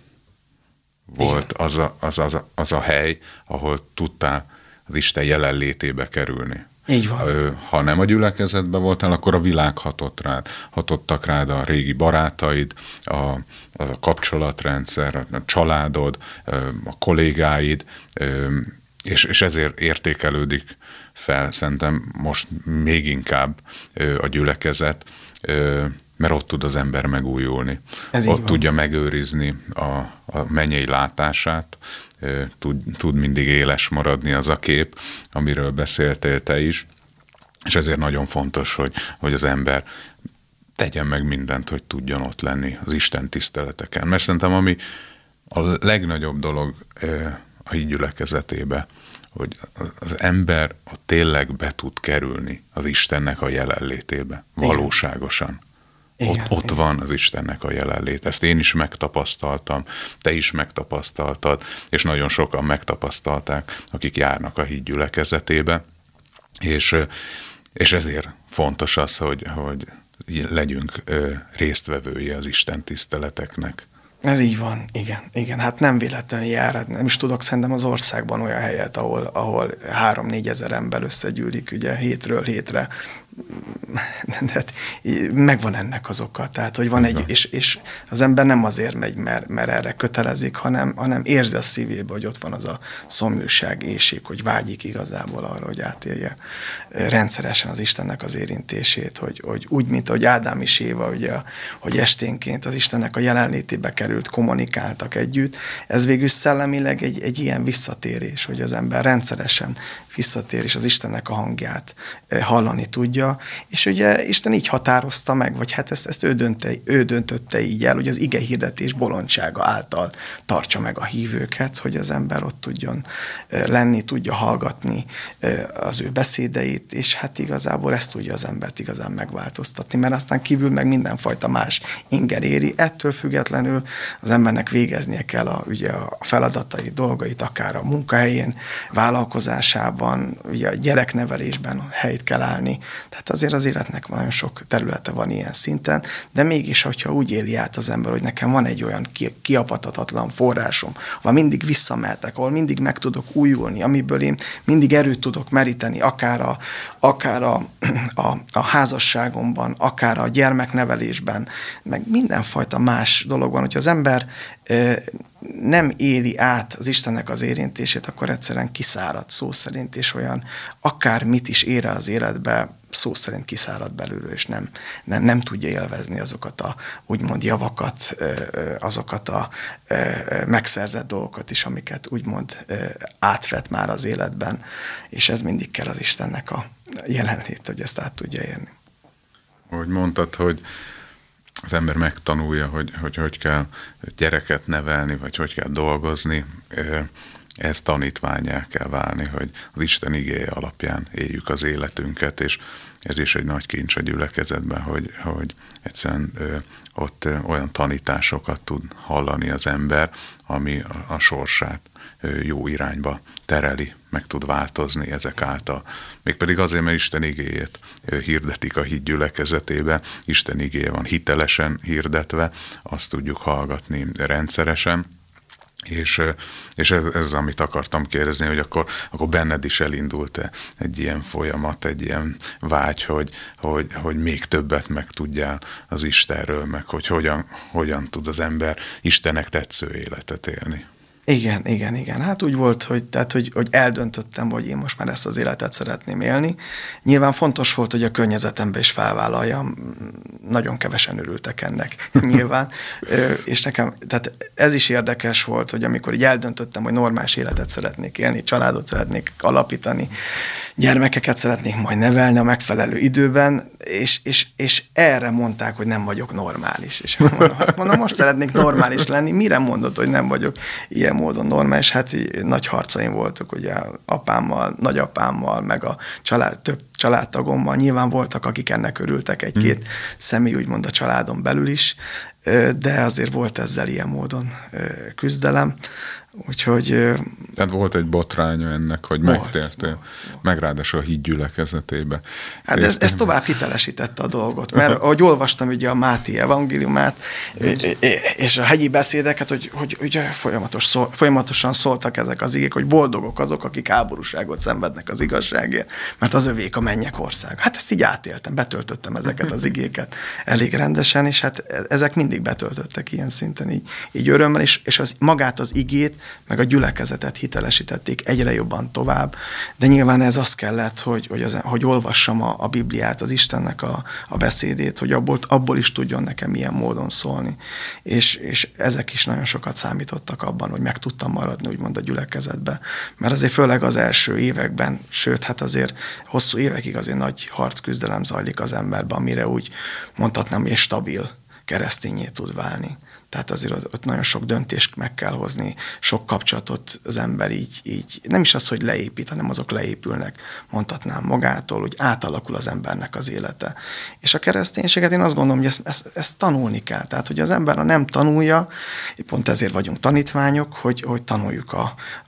volt az a, az, az, a, az a hely, ahol tudtál az Isten jelenlétébe kerülni. Így van. Ö, ha nem a gyülekezetben voltál, akkor a világ hatott rád. Hatottak rád a régi barátaid, a, az a kapcsolatrendszer, a családod, a kollégáid, és, és ezért értékelődik fel szerintem most még inkább a gyülekezet, mert ott tud az ember megújulni. Ez ott tudja megőrizni a, a mennyei látását, tud, tud mindig éles maradni az a kép, amiről beszéltél te is, és ezért nagyon fontos, hogy, hogy az ember tegyen meg mindent, hogy tudjon ott lenni az Isten tiszteleteken. Mert szerintem ami a legnagyobb dolog a híd gyülekezetébe, hogy az ember tényleg be tud kerülni az Istennek a jelenlétébe, valóságosan. Igen, ott, ott van az Istennek a jelenlét. Ezt én is megtapasztaltam, te is megtapasztaltad, és nagyon sokan megtapasztalták, akik járnak a híd gyülekezetébe. És, és ezért fontos az, hogy, hogy legyünk résztvevői az Isten tiszteleteknek. Ez így van, igen, igen. Hát nem véletlenül jár, nem is tudok szerintem az országban olyan helyet, ahol, ahol három-négy ezer ember összegyűlik, ugye hétről hétre. De megvan ennek az oka, tehát, hogy van egy, és, és az ember nem azért megy, mert, mert erre kötelezik, hanem, hanem érzi a szívébe, hogy ott van az a szomjúság, éhség, hogy vágyik igazából arra, hogy átélje rendszeresen az Istennek az érintését, hogy, hogy úgy, mint ahogy Ádám és Éva, ugye, hogy esténként az Istennek a jelenlétébe került, kommunikáltak együtt, ez végül szellemileg egy, egy ilyen visszatérés, hogy az ember rendszeresen visszatér, és az Istennek a hangját hallani tudja, és ugye Isten így határozta meg, vagy hát ezt, ezt ő, dönte, ő döntötte így el, hogy az ige hirdetés bolondsága által tartsa meg a hívőket, hogy az ember ott tudjon lenni, tudja hallgatni az ő beszédeit, és hát igazából ezt tudja az embert igazán megváltoztatni, mert aztán kívül meg mindenfajta más inger éri, ettől függetlenül az embernek végeznie kell a, ugye a feladatai, dolgait, akár a munkahelyén, vállalkozásában, ugye a gyereknevelésben helyt kell állni. Tehát azért az életnek nagyon sok területe van ilyen szinten, de mégis, hogyha úgy éli át az ember, hogy nekem van egy olyan ki, kiapadhatatlan forrásom, ahol mindig visszamehetek, ahol mindig meg tudok újulni, amiből én mindig erőt tudok meríteni, akár a, akár a, a, a házasságomban, akár a gyermeknevelésben, meg mindenfajta más dologban, hogyha az ember nem éli át az Istennek az érintését, akkor egyszerűen kiszárad szó szerint, és olyan akár mit is ér el az életbe, szó szerint kiszárad belőle, és nem, nem, nem tudja élvezni azokat a úgymond javakat, azokat a megszerzett dolgokat is, amiket úgymond átvett már az életben, és ez mindig kell az Istennek a jelenlét, hogy ezt át tudja érni. Ahogy mondtad, hogy az ember megtanulja, hogy, hogy hogy kell gyereket nevelni, vagy hogy kell dolgozni, ez tanítvánnyá kell válni, hogy az Isten igéje alapján éljük az életünket, és ez is egy nagy kincs a gyülekezetben, hogy, hogy egyszerűen ott olyan tanításokat tud hallani az ember, ami a, a sorsát jó irányba tereli, meg tud változni ezek által. Mégpedig azért, mert Isten igéjét hirdetik a híd gyülekezetébe, Isten igéje van hitelesen hirdetve, azt tudjuk hallgatni rendszeresen, és, és ez, ez, amit akartam kérdezni, hogy akkor, akkor benned is elindult egy ilyen folyamat, egy ilyen vágy, hogy, hogy, hogy még többet megtudjál az Istenről, meg hogy hogyan, hogyan tud az ember Istennek tetsző életet élni. Igen, igen, igen. Hát úgy volt, hogy, tehát, hogy, hogy eldöntöttem, hogy én most már ezt az életet szeretném élni. Nyilván fontos volt, hogy a környezetemben is felvállaljam. Nagyon kevesen örültek ennek nyilván. És nekem, tehát ez is érdekes volt, hogy amikor így eldöntöttem, hogy normális életet szeretnék élni, családot szeretnék alapítani, gyermekeket szeretnék majd nevelni a megfelelő időben, és, és, és erre mondták, hogy nem vagyok normális. És mondom, mondom, most szeretnék normális lenni, mire mondod, hogy nem vagyok ilyen módon normális? Hát nagy harcaim voltak, ugye apámmal, nagyapámmal, meg a család, több családtagommal. Nyilván voltak, akik ennek örültek, egy-két hmm. személy úgymond a családon belül is, de azért volt ezzel ilyen módon küzdelem. Úgyhogy... Tehát volt egy botránya ennek, hogy volt, megtértél, volt, volt. Meg ráadásul a híd gyülekezetébe. Hát ez, ez tovább hitelesítette a dolgot, mert ahogy olvastam ugye a Máté evangéliumát, és a hegyi beszédeket, hogy, hogy ugye folyamatos szól, folyamatosan szóltak ezek az igék, hogy boldogok azok, akik háborúságot szenvednek az igazságért, mert az övék a mennyek ország. Hát ezt így átéltem, betöltöttem ezeket az igéket elég rendesen, és hát ezek mindig betöltöttek ilyen szinten, így, így örömmel, és, és az, magát az igét, meg a gyülekezetet hitelesítették egyre jobban tovább, de nyilván ez az kellett, hogy, hogy, az, hogy olvassam a, a Bibliát, az Istennek a, a beszédét, hogy abból, abból is tudjon nekem milyen módon szólni. És, és ezek is nagyon sokat számítottak abban, hogy meg tudtam maradni, úgymond a gyülekezetbe. Mert azért főleg az első években, sőt, hát azért hosszú évekig azért nagy harcküzdelem zajlik az emberben, amire úgy mondhatnám, hogy stabil keresztényé tud válni. Tehát azért ott nagyon sok döntést meg kell hozni, sok kapcsolatot az ember így, így nem is az, hogy leépít, hanem azok leépülnek, mondhatnám magától, hogy átalakul az embernek az élete. És a kereszténységet én azt gondolom, hogy ezt, ezt, ezt tanulni kell. Tehát, hogy az ember, ha nem tanulja, pont ezért vagyunk tanítványok, hogy, hogy tanuljuk a,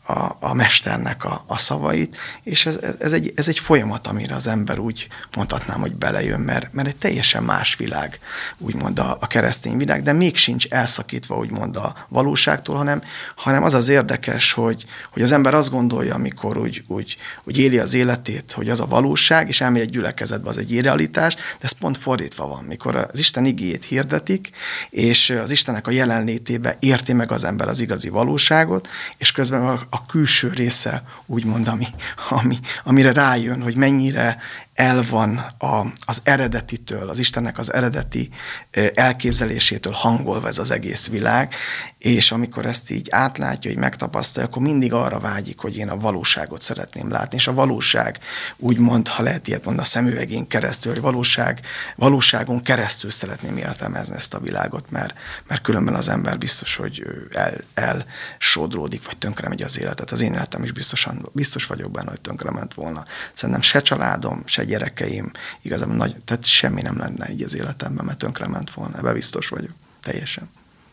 a, a mesternek a, a szavait, és ez, ez, egy, ez egy folyamat, amire az ember úgy mondhatnám, hogy belejön, mert, mert egy teljesen más világ, úgymond a, a keresztény világ, de még sincs elszakítva, úgymond a valóságtól, hanem, hanem az az érdekes, hogy, hogy az ember azt gondolja, amikor úgy, úgy, úgy éli az életét, hogy az a valóság, és elmegy egy gyülekezetbe, az egy irrealitás, de ez pont fordítva van, mikor az Isten igéjét hirdetik, és az Istennek a jelenlétébe érti meg az ember az igazi valóságot, és közben a, a külső része, úgymond, ami, ami, amire rájön, hogy mennyire el van a, az eredetitől, az Istennek az eredeti elképzelésétől hangolva ez az egész világ, és amikor ezt így átlátja, hogy megtapasztalja, akkor mindig arra vágyik, hogy én a valóságot szeretném látni, és a valóság, úgymond, ha lehet ilyet mondani, a szemüvegén keresztül, hogy valóság, valóságon keresztül szeretném értelmezni ezt a világot, mert, mert különben az ember biztos, hogy el, elsodródik, vagy tönkre megy az életet. Az én életem is biztosan, biztos vagyok benne, hogy tönkre ment volna. Szerintem se családom, se gyerekeim, igazából nagy, tehát semmi nem lenne így az életemben, mert tönkrement volna. Ebben biztos vagyok. Teljesen.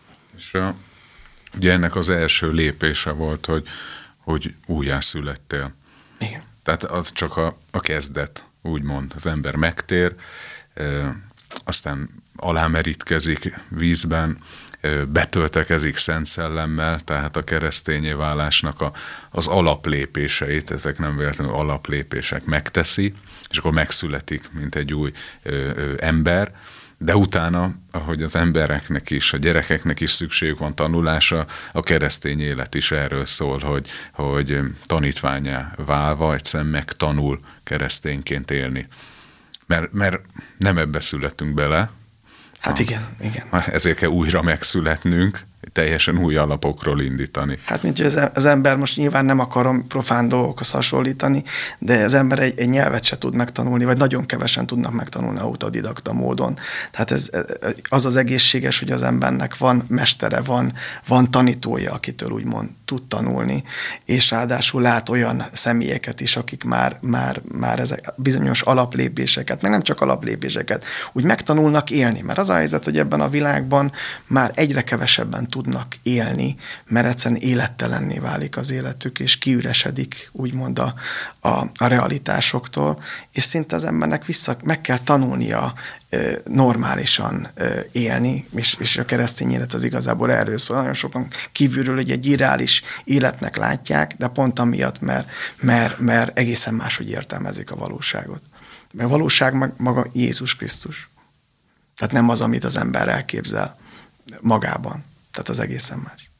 És a, ugye ennek az első lépése volt, hogy, hogy újjászülettél. Igen. Tehát az csak a, a kezdet, úgymond. Az ember megtér, e, aztán alámerítkezik vízben, e, betöltekezik Szent Szellemmel, tehát a keresztényé válásnak a, az alaplépéseit, ezek nem véletlenül alaplépések, megteszi, és akkor megszületik, mint egy új ö, ö, ember, de utána, ahogy az embereknek is, a gyerekeknek is szükségük van tanulásra, a keresztény élet is erről szól, hogy, hogy tanítvánnyá válva egyszerűen megtanul keresztényként élni. Mert, mert nem ebbe születünk bele. Hát ha, igen, igen. Ezért kell újra megszületnünk, teljesen új alapokról indítani. Hát, mint hogy az ember, most nyilván nem akarom profán dolgokhoz hasonlítani, de az ember egy, egy nyelvet se tud megtanulni, vagy nagyon kevesen tudnak megtanulni autodidakta módon. Tehát ez, az az egészséges, hogy az embernek van mestere, van, van tanítója, akitől úgymond tud tanulni, és ráadásul lát olyan személyeket is, akik már, már, már ezek bizonyos alaplépéseket, meg nem csak alaplépéseket, úgy megtanulnak élni, mert az a helyzet, hogy ebben a világban már egyre kevesebben tudnak élni, mert egyszerűen élettelenné válik az életük, és kiüresedik úgymond a, a, a realitásoktól, és szinte az embernek vissza meg kell tanulnia e, normálisan e, élni, és, és a keresztény élet az igazából erről szól. Nagyon sokan kívülről egy, egy irreális életnek látják, de pont amiatt, mert, mert, mert egészen máshogy értelmezik a valóságot. Mert a valóság maga Jézus Krisztus. Tehát nem az, amit az ember elképzel magában. Tehát az egészen más.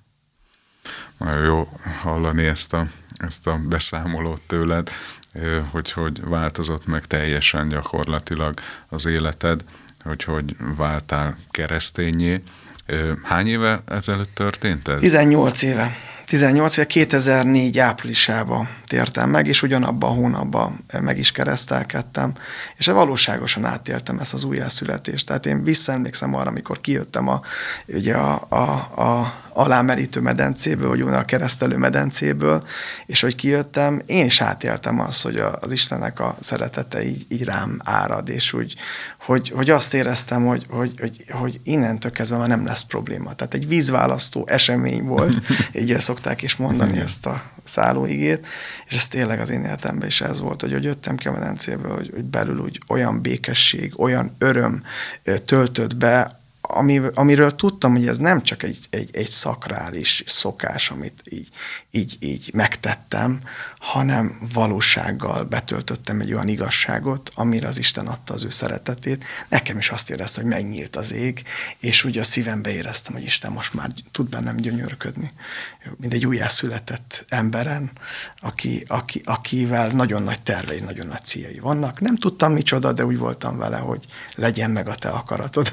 Nagyon jó hallani ezt a, ezt a beszámolót tőled, hogy hogy változott meg teljesen gyakorlatilag az életed, hogy hogy váltál keresztényé. Hány éve ezelőtt történt ez? tizennyolc éve. tizennyolc éve, kétezer-négy áprilisában tértem meg, és ugyanabban a hónapban meg is keresztelkedtem, és valóságosan átéltem ezt az újjászületést. Tehát én visszaemlékszem arra, amikor kijöttem a, ugye a, a, a alámerítő medencéből, vagy a keresztelő medencéből, és hogy kijöttem, én is átéltem azt, hogy az Istennek a szeretete így, így rám árad, és úgy, hogy, hogy azt éreztem, hogy, hogy, hogy, hogy innentől kezdve már nem lesz probléma. Tehát egy vízválasztó esemény volt, így szokták is mondani ezt a szállóigét, és ez tényleg az én életemben is ez volt, hogy, hogy jöttem ki a medencéből, hogy, hogy belül úgy olyan békesség, olyan öröm töltött be, Ami, amiről tudtam, hogy ez nem csak egy, egy, egy szakrális szokás, amit így, így, így megtettem, hanem valósággal betöltöttem egy olyan igazságot, amire az Isten adta az ő szeretetét. Nekem is azt éreztem, hogy megnyílt az ég, és úgy a szívembe éreztem, hogy Isten most már tud bennem gyönyörködni. Mint egy újjászületett emberen, aki, aki, akivel nagyon nagy tervei, nagyon nagy céljai vannak. Nem tudtam micsoda, de úgy voltam vele, hogy legyen meg a te akaratod.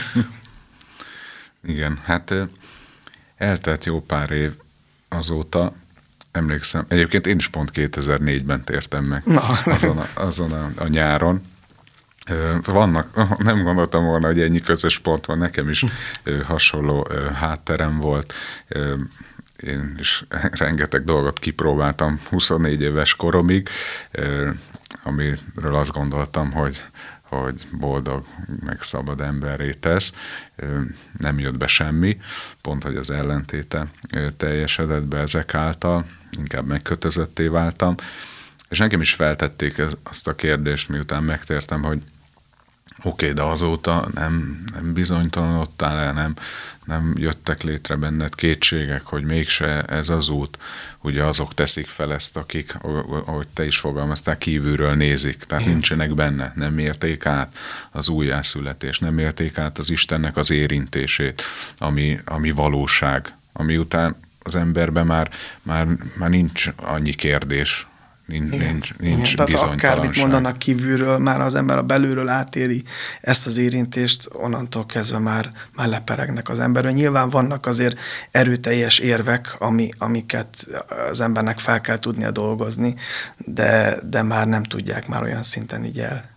Igen, hát eltelt jó pár év azóta, emlékszem, egyébként én is pont kétezer-négyben tértem meg no. azon, a, azon a, a nyáron. Vannak, nem gondoltam volna, hogy ennyi közös pont van, nekem is hasonló hátterem volt. Én is rengeteg dolgot kipróbáltam huszonnégy éves koromig, amiről azt gondoltam, hogy hogy boldog, meg szabad emberré tesz. Nem jött be semmi, pont, hogy az ellentéte teljesedett be ezek által, inkább megkötözötté váltam. És nekem is feltették azt a kérdést, miután megtértem, hogy oké, okay, de azóta nem, nem bizonytalanodtál el, nem, nem jöttek létre benned kétségek, hogy mégse ez az út. Ugye azok teszik fel ezt, akik, ahogy te is fogalmaztál, kívülről nézik, tehát Igen. nincsenek benne, nem érték át az újjászületést, nem érték át az Istennek az érintését, ami, ami valóság, ami után az emberben már, már, már nincs annyi kérdés, Nincs, Igen. nincs, nincs Igen. Tehát akármit mondanak kívülről, már az ember a belülről átéri ezt az érintést, onnantól kezdve már, már leperegnek az emberről. Nyilván vannak azért erőteljes érvek, ami, amiket az embernek fel kell tudnia dolgozni, de, de már nem tudják már olyan szinten így el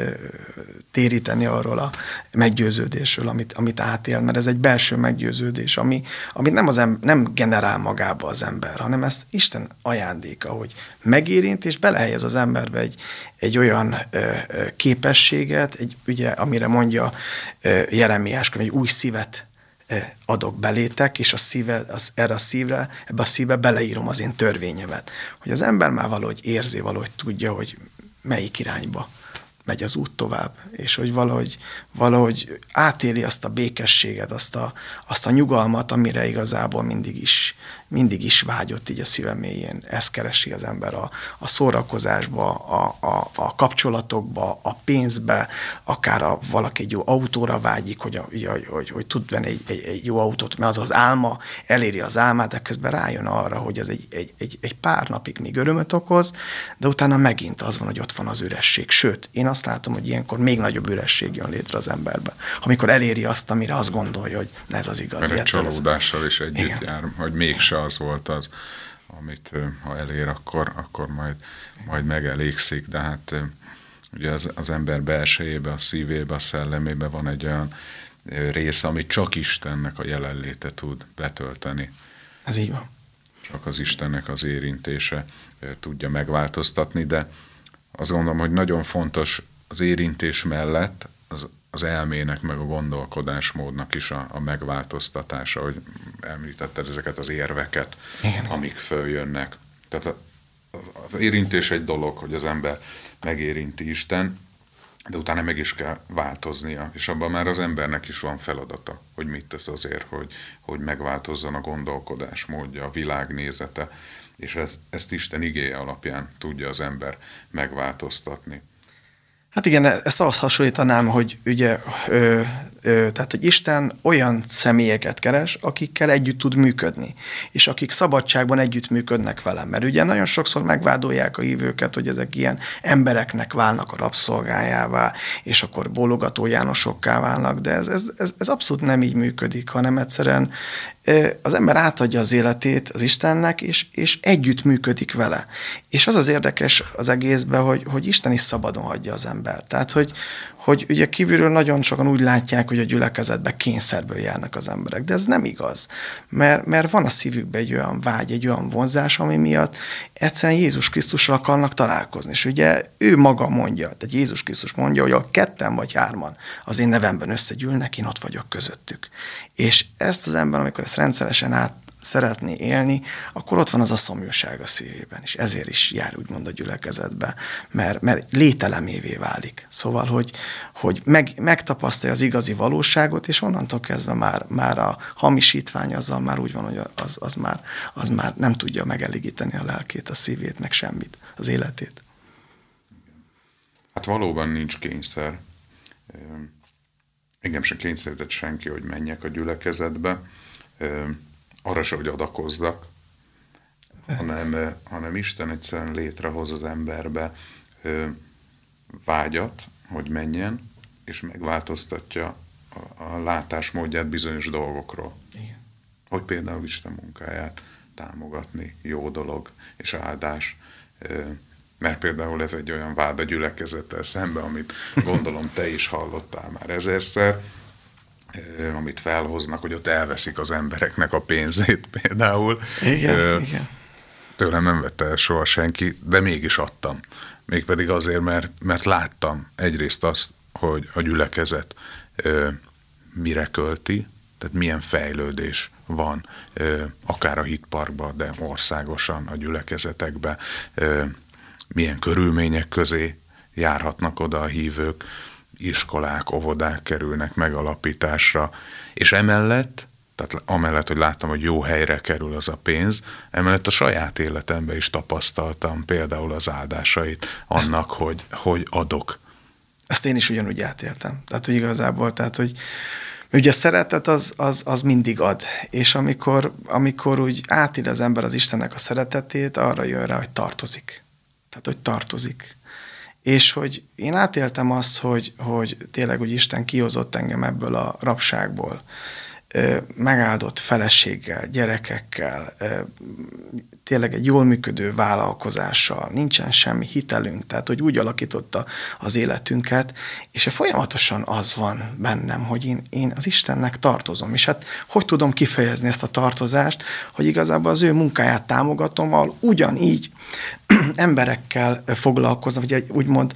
téríteni arról a meggyőződésről, amit, amit átél, mert ez egy belső meggyőződés, ami, amit nem, az ember, nem generál magába az ember, hanem ezt Isten ajándéka, hogy megérint, és belehelyez az emberbe egy, egy olyan ö, képességet, egy, ugye, amire mondja ö, Jeremiás, hogy egy új szívet ö, adok belétek, és a szíve, az, erre a szívre, ebbe a szívbe beleírom az én törvényemet. Hogy az ember már valahogy érzi, valahogy tudja, hogy melyik irányba megy az út tovább, és hogy valahogy, valahogy átéli azt a békességet, azt a, azt a nyugalmat, amire igazából mindig is, mindig is vágyott így a szíve mélyén. Ezt keresi az ember a, a szórakozásba, a, a, a kapcsolatokba, a pénzbe, akár a, valaki egy jó autóra vágyik, hogy, a, hogy, hogy, hogy tud venni egy, egy, egy jó autót, mert az az álma, eléri az álmát, de közben rájön arra, hogy ez egy, egy, egy, egy pár napig még örömöt okoz, de utána megint az van, hogy ott van az üresség. Sőt, én azt látom, hogy ilyenkor még nagyobb üresség jön létre az emberbe, amikor eléri azt, amire azt gondolja, hogy ez az igaz. Mert egy csalódással is együtt Igen. jár, hogy mégse az volt az, amit ha elér, akkor, akkor majd, majd megelégszik, de hát ugye az, az ember belsejébe, a szívébe, a szellemébe van egy olyan rész, amit csak Istennek a jelenléte tud betölteni. Ez így van. Csak az Istennek az érintése tudja megváltoztatni, de azt gondolom, hogy nagyon fontos az érintés mellett az, az elmének, meg a gondolkodásmódnak is a, a megváltoztatása, hogy említetted ezeket az érveket, Igen. amik följönnek. Tehát az, az érintés egy dolog, hogy az ember megérinti Isten, de utána meg is kell változnia, és abban már az embernek is van feladata, hogy mit tesz azért, hogy, hogy megváltozzon a gondolkodásmódja, a világnézete, és ezt, ezt Isten igéje alapján tudja az ember megváltoztatni. Hát igen, ezt azt hasonlítanám, hogy ugye, ö, ö, tehát, hogy Isten olyan személyeket keres, akikkel együtt tud működni, és akik szabadságban együtt működnek velem. Mert ugye nagyon sokszor megvádolják a hívőket, hogy ezek ilyen embereknek válnak a rabszolgájává, és akkor bólogató Jánosokká válnak, de ez, ez, ez, ez abszolút nem így működik, hanem egyszerűen az ember átadja az életét az Istennek, és, és együtt működik vele. És az az érdekes az egészben, hogy, hogy Isten is szabadon hagyja az ember. Tehát, hogy, hogy ugye kívülről nagyon sokan úgy látják, hogy a gyülekezetben kényszerből járnak az emberek, de ez nem igaz. Mert, mert van a szívükben egy olyan vágy, egy olyan vonzás, ami miatt egyszerűen Jézus Krisztussal akarnak találkozni. És ugye ő maga mondja, tehát Jézus Krisztus mondja, hogy a ketten vagy hárman az én nevemben összegyűlnek, én ott vagyok közöttük. És ezt az ember, amikor ezt rendszeresen át szeretné élni, akkor ott van az a szomjúság a szívében, és ezért is jár úgymond a gyülekezetbe, mert, mert lételemévé válik. Szóval, hogy, hogy meg, megtapasztalja az igazi valóságot, és onnantól kezdve már, már a hamisítvány azzal már úgy van, hogy az, az, már, az már nem tudja megelégíteni a lelkét, a szívét, meg semmit, az életét. Hát valóban nincs kényszer. Engem se kényszerített senki, hogy menjek a gyülekezetbe, arra se, hogy adakozzak, hanem, hanem Isten egyszerűen létrehoz az emberbe vágyat, hogy menjen, és megváltoztatja a, a látásmódját bizonyos dolgokról. Igen. Hogy például Isten munkáját támogatni, jó dolog és áldás, mert például ez egy olyan vád a gyülekezettel szemben, amit gondolom te is hallottál már ezerszer, amit felhoznak, hogy ott elveszik az embereknek a pénzét például. Igen, Ö, igen. Tőlem nem vette el soha senki, de mégis adtam. Mégpedig azért, mert, mert láttam egyrészt azt, hogy a gyülekezet ö, mire költi, tehát milyen fejlődés van, ö, akár a hitparkban, de országosan a gyülekezetekben, ö, milyen körülmények közé járhatnak oda a hívők, iskolák, óvodák kerülnek megalapításra, és emellett, tehát amellett, hogy láttam, hogy jó helyre kerül az a pénz, emellett a saját életemben is tapasztaltam például az áldásait annak, ezt, hogy, hogy adok. Ezt én is ugyanúgy átéltem. Tehát, hogy igazából, tehát, hogy ugye a szeretet az, az, az mindig ad, és amikor, amikor úgy átél az ember az Istennek a szeretetét, arra jön rá, hogy tartozik. Tehát, hogy tartozik. És hogy én átéltem azt, hogy, hogy tényleg, hogy Isten kihozott engem ebből a rabságból, megáldott feleséggel, gyerekekkel, tényleg egy jól működő vállalkozással, nincsen semmi hitelünk, tehát hogy úgy alakította az életünket, és folyamatosan az van bennem, hogy én, én az Istennek tartozom, és hát hogy tudom kifejezni ezt a tartozást, hogy igazából az ő munkáját támogatom, ahol ugyanígy emberekkel foglalkoznak, vagy úgymond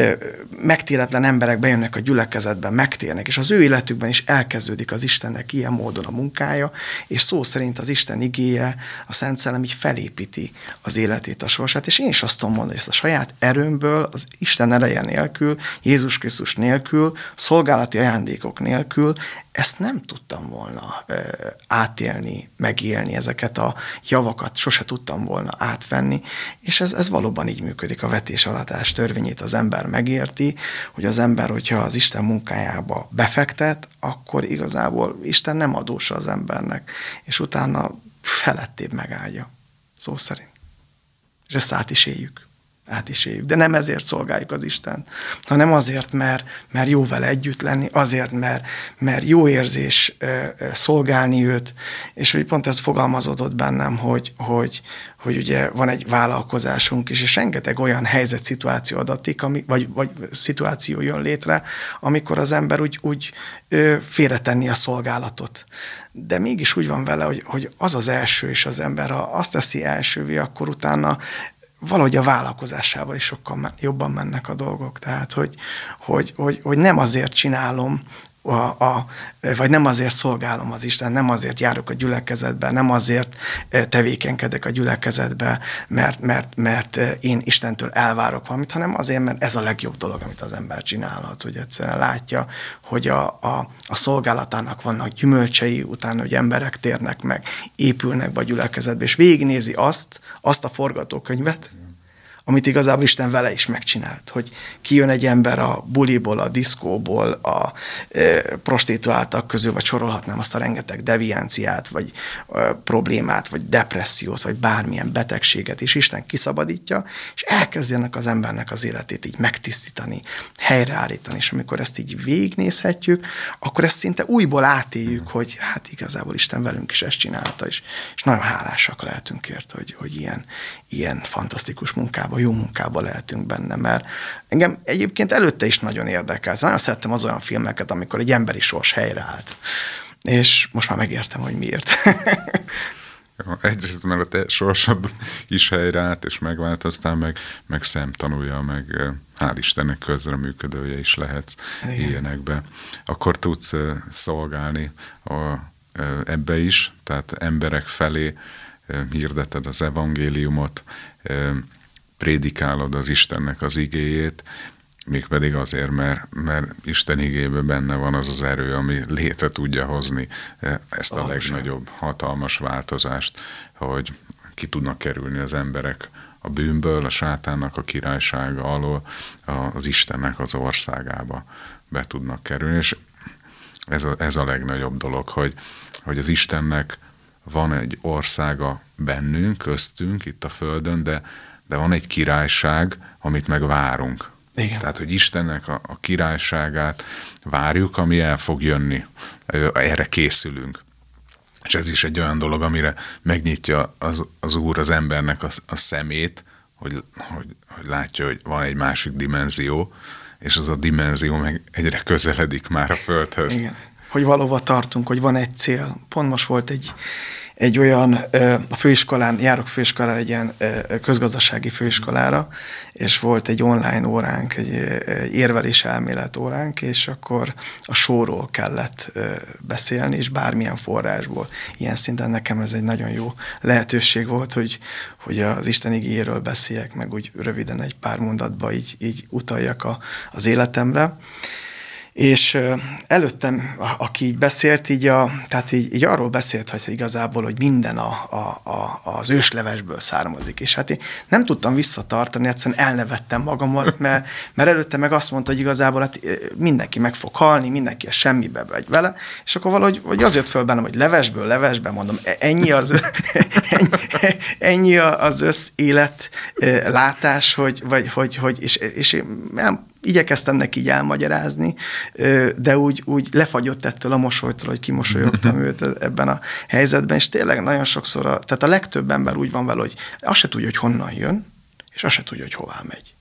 megtéretlen emberek bejönnek a gyülekezetbe, megtérnek, és az ő életükben is elkezdődik az Istennek ilyen módon a munkája, és szó szerint az Isten igéje, a Szent Szellem így felépíti az életét, a sorsát, és én is azt tudom mondani, hogy ezt a saját erőmből, az Isten ereje nélkül, Jézus Krisztus nélkül, szolgálati ajándékok nélkül, ezt nem tudtam volna ö, átélni, megélni, ezeket a javakat sose tudtam volna átvenni, és ez, ez valóban így működik. A vetés-aratás törvényét az ember megérti, hogy az ember, hogyha az Isten munkájába befektet, akkor igazából Isten nem adósa az embernek, és utána felettébb megáldja, szó szerint. És ezt át is éljük. át is éljük. De nem ezért szolgáljuk az Istent, hanem azért, mert, mert jó vele együtt lenni, azért, mert, mert jó érzés szolgálni őt, és hogy pont ez fogalmazódott bennem, hogy, hogy, hogy ugye van egy vállalkozásunk is, és rengeteg olyan helyzet, szituáció adatik, ami, vagy, vagy szituáció jön létre, amikor az ember úgy, úgy félretenni a szolgálatot. De mégis úgy van vele, hogy, hogy az az első, és az ember, ha azt teszi elsővé, akkor utána valahogy a vállalkozásával is sokkal jobban mennek a dolgok. Tehát, hogy, hogy, hogy, hogy nem azért csinálom, a, a, vagy nem azért szolgálom az Isten, nem azért járok a gyülekezetbe, nem azért tevékenykedek a gyülekezetbe, mert, mert, mert én Istentől elvárok valamit, hanem azért, mert ez a legjobb dolog, amit az ember csinálhat, hogy egyszerűen látja, hogy a, a, a szolgálatának vannak gyümölcsei, utána, hogy emberek térnek meg, épülnek be a gyülekezetbe, és végignézi azt, azt a forgatókönyvet, amit igazából Isten vele is megcsinált, hogy kijön egy ember a buliból, a diszkóból, a e, prostituáltak közül, vagy sorolhatnám azt a rengeteg devianciát, vagy e, problémát, vagy depressziót, vagy bármilyen betegséget, és Isten kiszabadítja, és elkezdjenek az embernek az életét így megtisztítani, helyreállítani, és amikor ezt így végignézhetjük, akkor ezt szinte újból átéljük, hogy hát igazából Isten velünk is ezt csinálta, és, és nagyon hálásak lehetünk ért, hogy, hogy ilyen, ilyen fantasztikus munkában, jó munkában lehetünk benne, mert engem egyébként előtte is nagyon érdekelt. Nagyon szerettem az olyan filmeket, amikor egy emberi sors helyreállt. És most már megértem, hogy miért. Egyrészt, mert a te sorsod is helyreállt, és megváltoztál, meg, meg szemtanúja, meg hál' Istennek közreműködője is lehetsz igen. Ilyenekbe. Akkor tudsz szolgálni a, ebbe is, tehát emberek felé hirdeted az evangéliumot, prédikálod az Istennek az igéjét, mégpedig azért, mert, mert Isten igéjében benne van az az erő, ami létre tudja hozni ezt a legnagyobb hatalmas változást, hogy ki tudnak kerülni az emberek a bűnből, a sátánnak a királysága alól, az Istennek az országába be tudnak kerülni. És ez a, ez a legnagyobb dolog, hogy, hogy az Istennek van egy országa bennünk, köztünk, itt a Földön, de, de van egy királyság, amit meg várunk. Igen. Tehát, hogy Istennek a, a királyságát várjuk, ami el fog jönni. Erre készülünk. És ez is egy olyan dolog, amire megnyitja az, az Úr az embernek a, a szemét, hogy, hogy, hogy látja, hogy van egy másik dimenzió, és az a dimenzió meg egyre közeledik már a Földhöz. Igen. Hogy valóban tartunk, hogy van egy cél. Pont most volt egy egy olyan, a főiskolán, járok főiskolára, egy ilyen közgazdasági főiskolára, és volt egy online óránk, egy érvelés elmélet óránk, és akkor a sóról kellett beszélni, és bármilyen forrásból. Ilyen szinten nekem ez egy nagyon jó lehetőség volt, hogy, hogy az Isten igéjéről beszéljek, meg úgy röviden egy pár mondatba így, így utaljak a, az életemre. És előttem, aki így beszélt, így, a, tehát így, így arról beszélt, hogy igazából, hogy minden a, a, a, az őslevesből származik. És hát én nem tudtam visszatartani, egyszerűen elnevettem magamat, mert, mert előtte meg azt mondta, hogy igazából hát mindenki meg fog halni, mindenki a semmibe vagy vele, és akkor valahogy hogy az jött föl bennem, hogy levesből levesbe, mondom, ennyi az, ennyi, ennyi az összélet látás, hogy, vagy, hogy, hogy és, és én nem, igyekeztem neki így elmagyarázni, de úgy, úgy lefagyott ettől a mosolytól, hogy kimosolyogtam őt ebben a helyzetben, és tényleg nagyon sokszor, a, tehát a legtöbb ember úgy van vele, hogy azt se tudja, hogy honnan jön, és azt se tudja, hogy hová megy.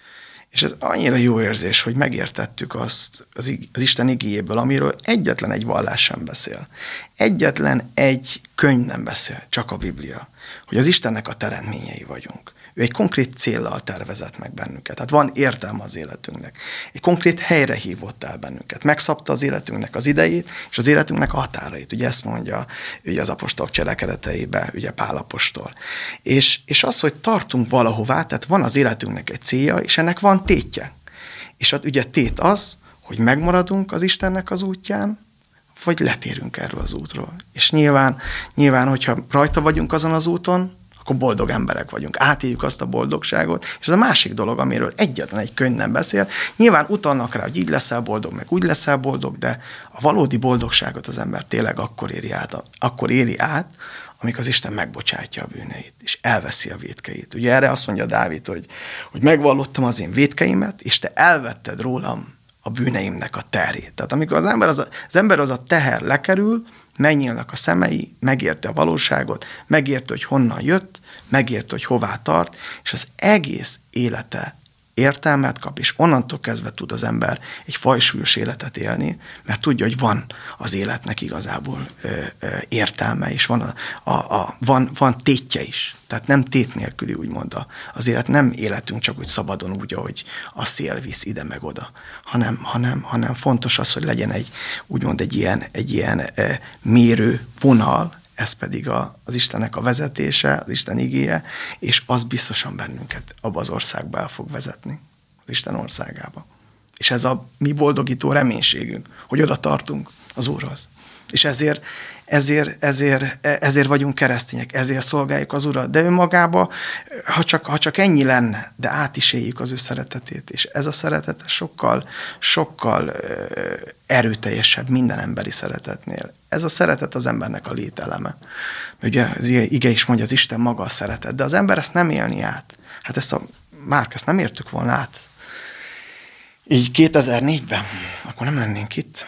És ez annyira jó érzés, hogy megértettük azt az, az Isten igéjéből, amiről egyetlen egy vallás sem beszél. Egyetlen egy könyv nem beszél, csak a Biblia, hogy az Istennek a teremtményei vagyunk. Ő egy konkrét céllal tervezett meg bennünket. Tehát van értelme az életünknek. Egy konkrét helyre hívott el bennünket. Megszabta az életünknek az idejét, és az életünknek a határait. Ugye ezt mondja ugye az apostolok cselekedeteibe, ugye Pál apostol. És, és az, hogy tartunk valahová, tehát van az életünknek egy célja, és ennek van tétje. És hát ugye tét az, hogy megmaradunk az Istennek az útján, vagy letérünk erről az útról. És nyilván, nyilván, hogyha rajta vagyunk azon az úton, akkor boldog emberek vagyunk. Átéljük azt a boldogságot, és ez a másik dolog, amiről egyetlen egy könyv nem beszél. Nyilván utalnak rá, hogy így leszel boldog, meg úgy leszel boldog, de a valódi boldogságot az ember tényleg akkor éri át, akkor éri át, amikor az Isten megbocsátja a bűneit, és elveszi a vétkeit. Ugye erre azt mondja Dávid, hogy, hogy megvallottam az én vétkeimet, és te elvetted rólam a bűneimnek a terét. Tehát amikor az ember az a, az ember az a teher lekerül, megnyílnak a szemei, megérti a valóságot, megérti, hogy honnan jött, megérti, hogy hová tart, és az egész élete értelmet kap, és onnantól kezdve tud az ember egy fajsúlyos életet élni, mert tudja, hogy van az életnek igazából ö, ö, értelme, és van, a, a, a, van, van tétje is. Tehát nem tét nélküli, úgymond az élet, nem életünk csak úgy szabadon, úgy, ahogy a szél visz ide meg oda, hanem, hanem, hanem fontos az, hogy legyen egy, úgymond egy ilyen, egy ilyen e, mérő vonal, ez pedig a, az Istennek a vezetése, az Isten igéje, és az biztosan bennünket abba az országba el fog vezetni, az Isten országába. És ez a mi boldogító reménységünk, hogy oda tartunk az Úrhoz. És ezért, ezért, ezért, ezért vagyunk keresztények, ezért szolgáljuk az Urat. De ő magába, ha csak, ha csak ennyi lenne, de át is éljük az ő szeretetét. És ez a szeretet sokkal, sokkal erőteljesebb minden emberi szeretetnél. Ez a szeretet az embernek a lételeme. Ugye az ige is mondja, az Isten maga a szeretet, de az ember ezt nem élni át. Hát ezt a Márk, ezt nem értük volna át. Így kétezer-négyben, akkor nem lennénk itt.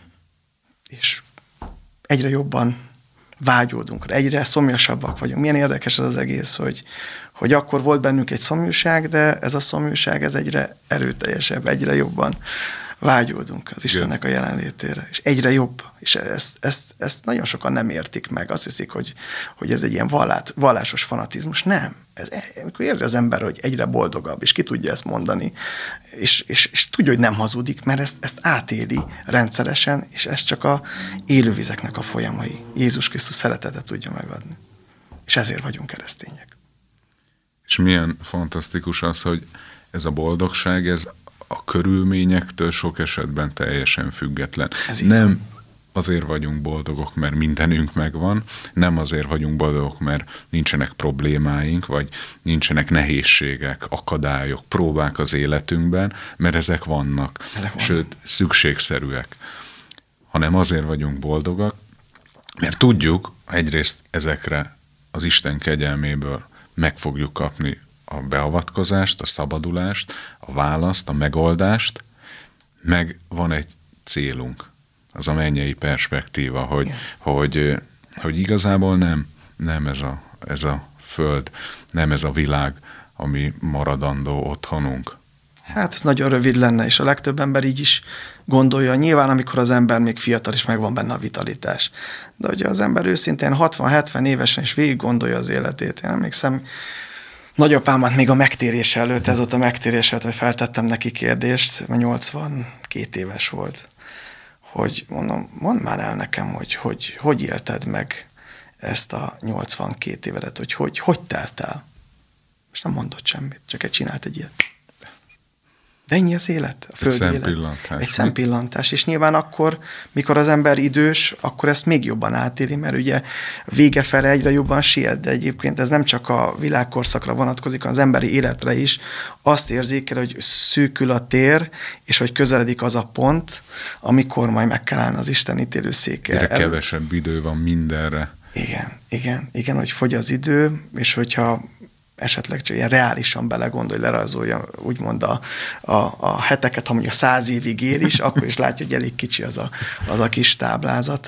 És egyre jobban vágyódunk, egyre szomjasabbak vagyunk. Milyen érdekes ez az egész, hogy, hogy akkor volt bennünk egy szomjúság, de ez a szomjúság ez egyre erőteljesebb, egyre jobban vágyódunk az Istennek a jelenlétére. És egyre jobb. És ezt, ezt, ezt nagyon sokan nem értik meg. Azt hiszik, hogy, hogy ez egy ilyen vallát, vallásos fanatizmus. Nem. Ez, amikor érzi az ember, hogy egyre boldogabb, és ki tudja ezt mondani, és, és, és tudja, hogy nem hazudik, mert ezt, ezt átéli rendszeresen, és ez csak a élővizeknek a folyamai. Jézus Krisztus szeretetet tudja megadni. És ezért vagyunk keresztények. És milyen fantasztikus az, hogy ez a boldogság, ez a körülményektől sok esetben teljesen független. Nem azért vagyunk boldogok, mert mindenünk megvan, nem azért vagyunk boldogok, mert nincsenek problémáink, vagy nincsenek nehézségek, akadályok, próbák az életünkben, mert ezek vannak, ezek vannak. Sőt, szükségszerűek. Hanem azért vagyunk boldogak, mert tudjuk, egyrészt ezekre az Isten kegyelméből meg fogjuk kapni a beavatkozást, a szabadulást, a választ, a megoldást, meg van egy célunk, az a mennyei perspektíva, hogy, hogy, hogy igazából nem, nem ez, a, ez a föld, nem ez a világ, ami maradandó otthonunk, Hát ez nagyon rövid lenne, és a legtöbb ember így is gondolja. Nyilván, amikor az ember még fiatal, és megvan benne a vitalitás. De hogyha az ember őszintén hatvan-hetven évesen is végig gondolja az életét. Én emlékszem, nagyapámat még a megtérés előtt, ez volt a megtérés előtt, hogy feltettem neki kérdést, mert nyolcvankét éves volt, hogy mondom, mondd már el nekem, hogy hogy, hogy élted meg ezt a nyolcvankét évedet, hogy hogy, hogy telt el. És nem mondott semmit, csak egy csinált egy ilyet. De ennyi az élet, a földi egy élet. szempillantás. Egy szempillantás. És nyilván akkor, mikor az ember idős, akkor ezt még jobban átéli, mert ugye vége fele egyre jobban siet, de egyébként ez nem csak a világkorszakra vonatkozik, hanem az emberi életre is. Azt érzékel, hogy szűkül a tér, és hogy közeledik az a pont, amikor majd meg kell állni az Isten ítélőszéke. Egyre kevesebb idő van mindenre. Igen, igen, igen, hogy fogy az idő, és hogyha esetleg csak ilyen reálisan belegondolj, lerajzolja úgymond a, a, a heteket, ha mondjuk száz évig ér is, akkor is látja, hogy elég kicsi az a, az a kis táblázat.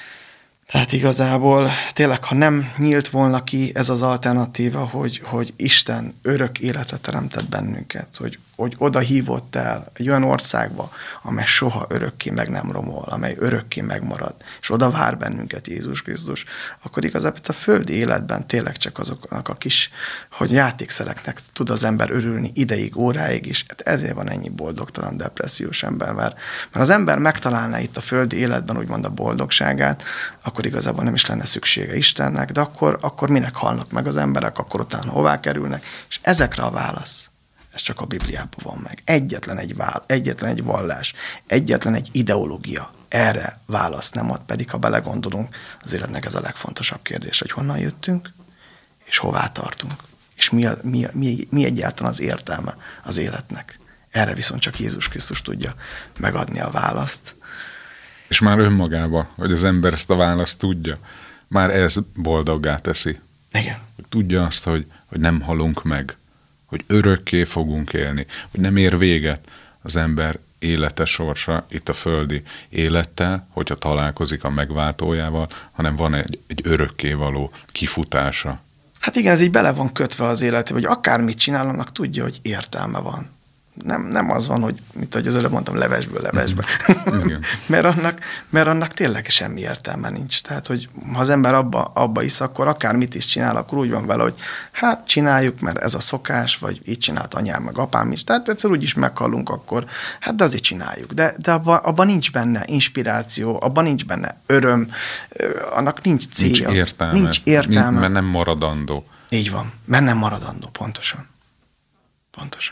Tehát igazából tényleg, ha nem nyílt volna ki ez az alternatíva, hogy, hogy Isten örök életre teremtett bennünket, hogy, hogy oda hívott el egy olyan országba, amely soha örökké meg nem romol, amely örökké megmarad, és oda vár bennünket Jézus Krisztus, akkor igazából a földi életben tényleg csak azoknak a kis, hogy játékszereknek tud az ember örülni ideig, óráig is. Hát ezért van ennyi boldogtalan, depressziós ember, mert, mert az ember megtalálná itt a földi életben úgymond a boldogságát, akkor igazából nem is lenne szüksége Istennek, de akkor, akkor minek halnak meg az emberek, akkor utána hová kerülnek, és ezekre a válasz, ez csak a Bibliában van meg. Egyetlen egy, vál, egyetlen egy vallás, egyetlen egy ideológia erre választ nem ad, pedig ha belegondolunk, az életnek ez a legfontosabb kérdés, hogy honnan jöttünk, és hová tartunk, és mi, a, mi, a, mi, mi egyáltalán az értelme az életnek. Erre viszont csak Jézus Krisztus tudja megadni a választ. És már önmagában, hogy az ember ezt a választ tudja, már ez boldoggá teszi. Igen. Tudja azt, hogy, hogy nem halunk meg, hogy örökké fogunk élni, hogy nem ér véget az ember élete sorsa itt a földi élettel, hogyha találkozik a megváltójával, hanem van egy, egy örökkévaló kifutása. Hát igen, ez így bele van kötve az életébe, hogy akármit csinál, annak tudja, hogy értelme van. Nem, nem az van, hogy, mint ahogy az előbb mondtam, levesből levesbe. Igen. mert, annak, mert annak tényleg semmi értelme nincs. Tehát, hogy ha az ember abba, abba isz, akkor akármit is csinál, akkor úgy van vele, hogy hát csináljuk, mert ez a szokás, vagy így csinált anyám, meg apám is. Tehát egyszer úgy is meghalunk akkor, hát de azért csináljuk. De, de abban abba nincs benne inspiráció, abban nincs benne öröm, annak nincs célja. Nincs értelme. Nincs értelme. Mert nem maradandó. Így van, mert nem maradandó, pontosan. Pontosan.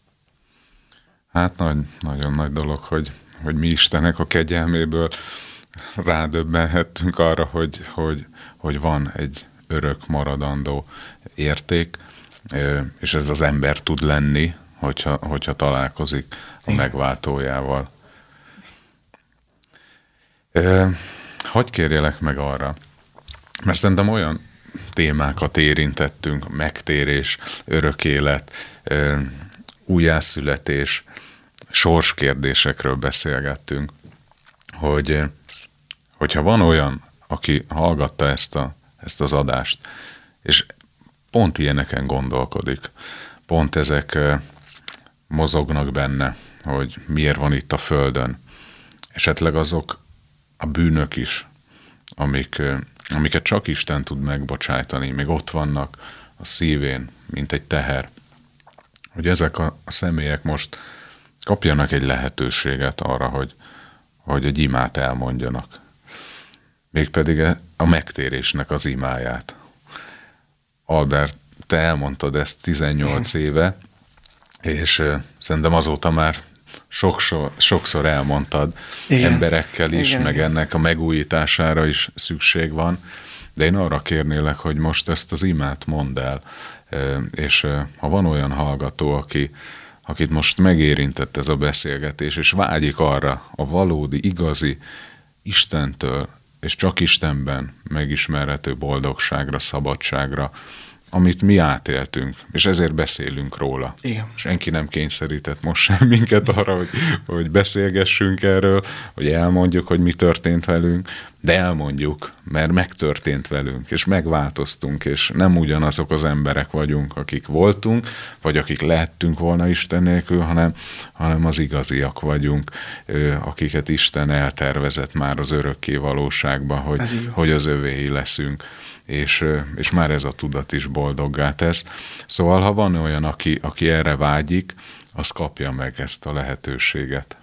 Hát nagy, nagyon nagy dolog, hogy, hogy mi Istennek a kegyelméből rádöbbenhettünk arra, hogy, hogy, hogy van egy örök maradandó érték, és ez az ember tud lenni, hogyha, hogyha találkozik a megváltójával. Hogy kérjelek meg arra? Mert szerintem olyan témákat érintettünk, megtérés, örök élet, újjászületés, sorskérdésekről beszélgettünk, hogy hogyha van olyan, aki hallgatta ezt, a, ezt az adást, és pont ilyeneken gondolkodik, pont ezek mozognak benne, hogy miért van itt a Földön, esetleg azok a bűnök is, amik, amiket csak Isten tud megbocsájtani, még ott vannak a szívén, mint egy teher, hogy ezek a személyek most kapjanak egy lehetőséget arra, hogy, hogy egy imát elmondjanak. Mégpedig a megtérésnek az imáját. Albert, te elmondtad ezt tizennyolc éve, és szerintem azóta már sokszor, sokszor elmondtad, igen, emberekkel is, igen, meg igen. ennek a megújítására is szükség van, de én arra kérnélek, hogy most ezt az imát mondd el, és ha van olyan hallgató, aki, akit most megérintett ez a beszélgetés, és vágyik arra a valódi, igazi Istentől, és csak Istenben megismerhető boldogságra, szabadságra, amit mi átéltünk, és ezért beszélünk róla. Igen. Senki nem kényszerített most sem minket arra, hogy, hogy beszélgessünk erről, hogy elmondjuk, hogy mi történt velünk, de elmondjuk, mert megtörtént velünk, és megváltoztunk, és nem ugyanazok az emberek vagyunk, akik voltunk, vagy akik lehettünk volna Isten nélkül, hanem, hanem az igaziak vagyunk, akiket Isten eltervezett már az örökké valóságba, hogy, hogy az övéi leszünk. És, és már ez a tudat is boldoggá tesz. Szóval, ha van olyan, aki, aki erre vágyik, az kapja meg ezt a lehetőséget.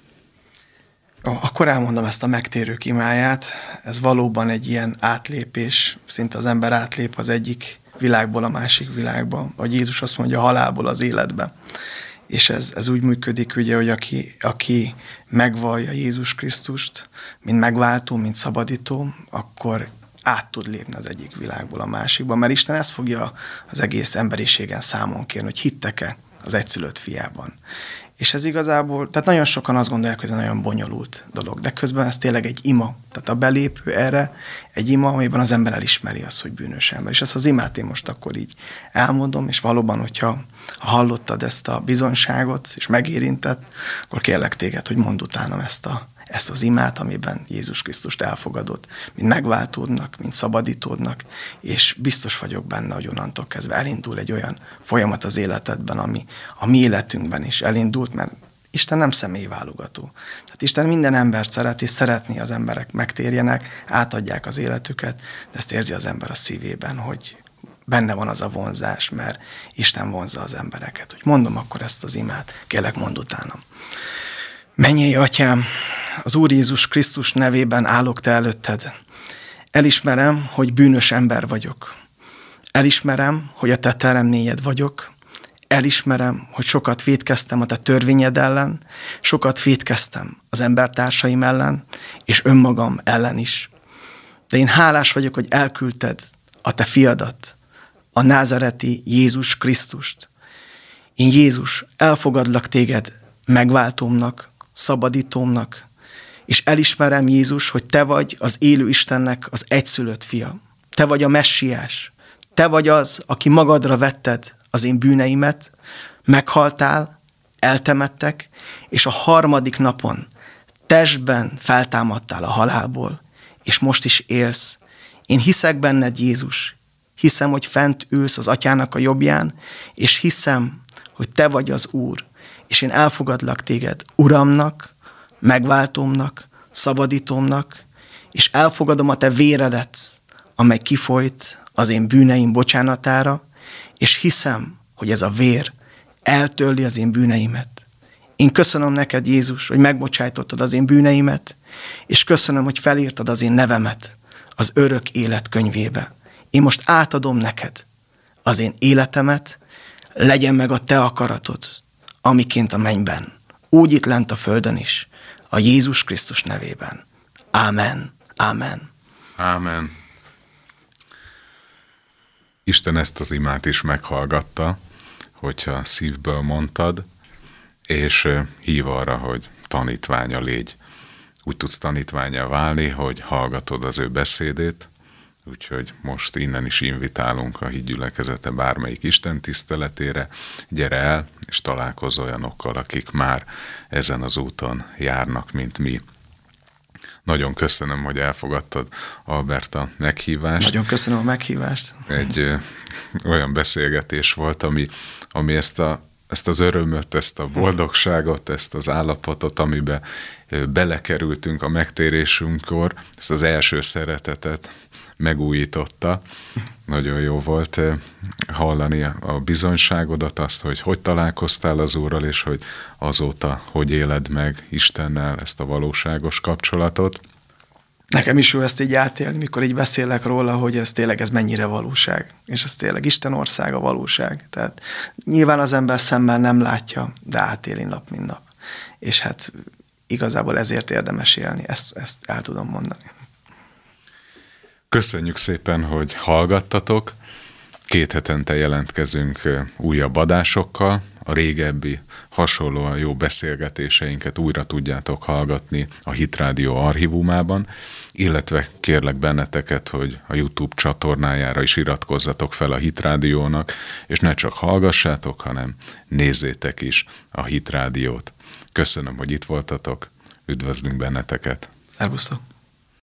Akkor elmondom ezt a megtérők imáját. Ez valóban egy ilyen átlépés, szinte az ember átlép az egyik világból a másik világba, vagy Jézus azt mondja, a halálból az életbe. És ez, ez úgy működik, ugye, hogy aki, aki megvallja Jézus Krisztust, mint megváltó, mint szabadító, akkor át tud lépni az egyik világból a másikba, mert Isten ezt fogja az egész emberiségen számon kérni, hogy hittek-e az egyszülött fiában. És ez igazából, tehát nagyon sokan azt gondolják, hogy ez nagyon bonyolult dolog, de közben ez tényleg egy ima. Tehát a belépő erre egy ima, amiben az ember elismeri azt, hogy bűnös ember. És ezt az imát én most akkor így elmondom, és valóban, hogyha ha hallottad ezt a bizonyságot, és megérintett, akkor kérlek téged, hogy mondd utánam ezt a ezt az imát, amiben Jézus Krisztust elfogadott, mint megváltódnak, mint szabadítódnak, és biztos vagyok benne, hogy onnantól kezdve elindul egy olyan folyamat az életedben, ami a mi életünkben is elindult, mert Isten nem személyválogató. Tehát Isten minden embert szeret, és szeretné az emberek megtérjenek, átadják az életüket, de ezt érzi az ember a szívében, hogy benne van az a vonzás, mert Isten vonzza az embereket. Hogy mondom akkor ezt az imát, kérlek, mondd utánam. Mennyei Atyám, az Úr Jézus Krisztus nevében állok te előtted. Elismerem, hogy bűnös ember vagyok. Elismerem, hogy a te teremtményed vagyok. Elismerem, hogy sokat vétkeztem a te törvényed ellen, sokat vétkeztem az embertársaim ellen, és önmagam ellen is. De én hálás vagyok, hogy elküldted a te fiadat, a názareti Jézus Krisztust. Én Jézus, elfogadlak téged megváltómnak, szabadítómnak, és elismerem, Jézus, hogy te vagy az élő Istennek az egyszülött fia. Te vagy a messiás. Te vagy az, aki magadra vetted az én bűneimet, meghaltál, eltemettek, és a harmadik napon testben feltámadtál a halálból, és most is élsz. Én hiszek benned, Jézus. Hiszem, hogy fent ülsz az Atyának a jobbján, és hiszem, hogy te vagy az Úr, és én elfogadlak téged Uramnak, megváltómnak, szabadítómnak, és elfogadom a te véredet, amely kifolyt az én bűneim bocsánatára, és hiszem, hogy ez a vér eltörli az én bűneimet. Én köszönöm neked, Jézus, hogy megbocsájtottad az én bűneimet, és köszönöm, hogy felírtad az én nevemet az örök élet könyvébe. Én most átadom neked az én életemet, legyen meg a te akaratod, amiként a mennyben, úgy itt lent a földön is, a Jézus Krisztus nevében. Ámen. Ámen. Ámen. Isten ezt az imát is meghallgatta, hogyha szívből mondtad, és hív arra, hogy tanítványa légy. Úgy tudsz tanítvánnyá válni, hogy hallgatod az ő beszédét, úgyhogy most innen is invitálunk a hídgyülekezete bármelyik Isten tiszteletére. Gyere el, és találkozz olyanokkal, akik már ezen az úton járnak, mint mi. Nagyon köszönöm, hogy elfogadtad, Albert, a meghívást. Nagyon köszönöm a meghívást. Egy ö, olyan beszélgetés volt, ami, ami ezt, a, ezt az örömöt, ezt a boldogságot, ezt az állapotot, amiben ö, belekerültünk a megtérésünkkor, ezt az első szeretetet megújította. Nagyon jó volt hallani a bizonyságodat, azt, hogy hogy találkoztál az Úrral, és hogy azóta hogy éled meg Istennel ezt a valóságos kapcsolatot. Nekem is jó ezt így átélni, mikor így beszélek róla, hogy ez tényleg ez mennyire valóság. És ez tényleg Isten országa valóság. Tehát nyilván az ember szemmel nem látja, de átéli nap, mint nap. És hát igazából ezért érdemes élni, ezt, ezt el tudom mondani. Köszönjük szépen, hogy hallgattatok. Két hetente jelentkezünk újabb adásokkal. A régebbi hasonlóan jó beszélgetéseinket újra tudjátok hallgatni a Hitrádió archívumában, illetve kérlek benneteket, hogy a YouTube csatornájára is iratkozzatok fel a Hitrádiónak, és ne csak hallgassátok, hanem nézzétek is a Hitrádiót. Köszönöm, hogy itt voltatok. Üdvözlünk benneteket. Szervusztok!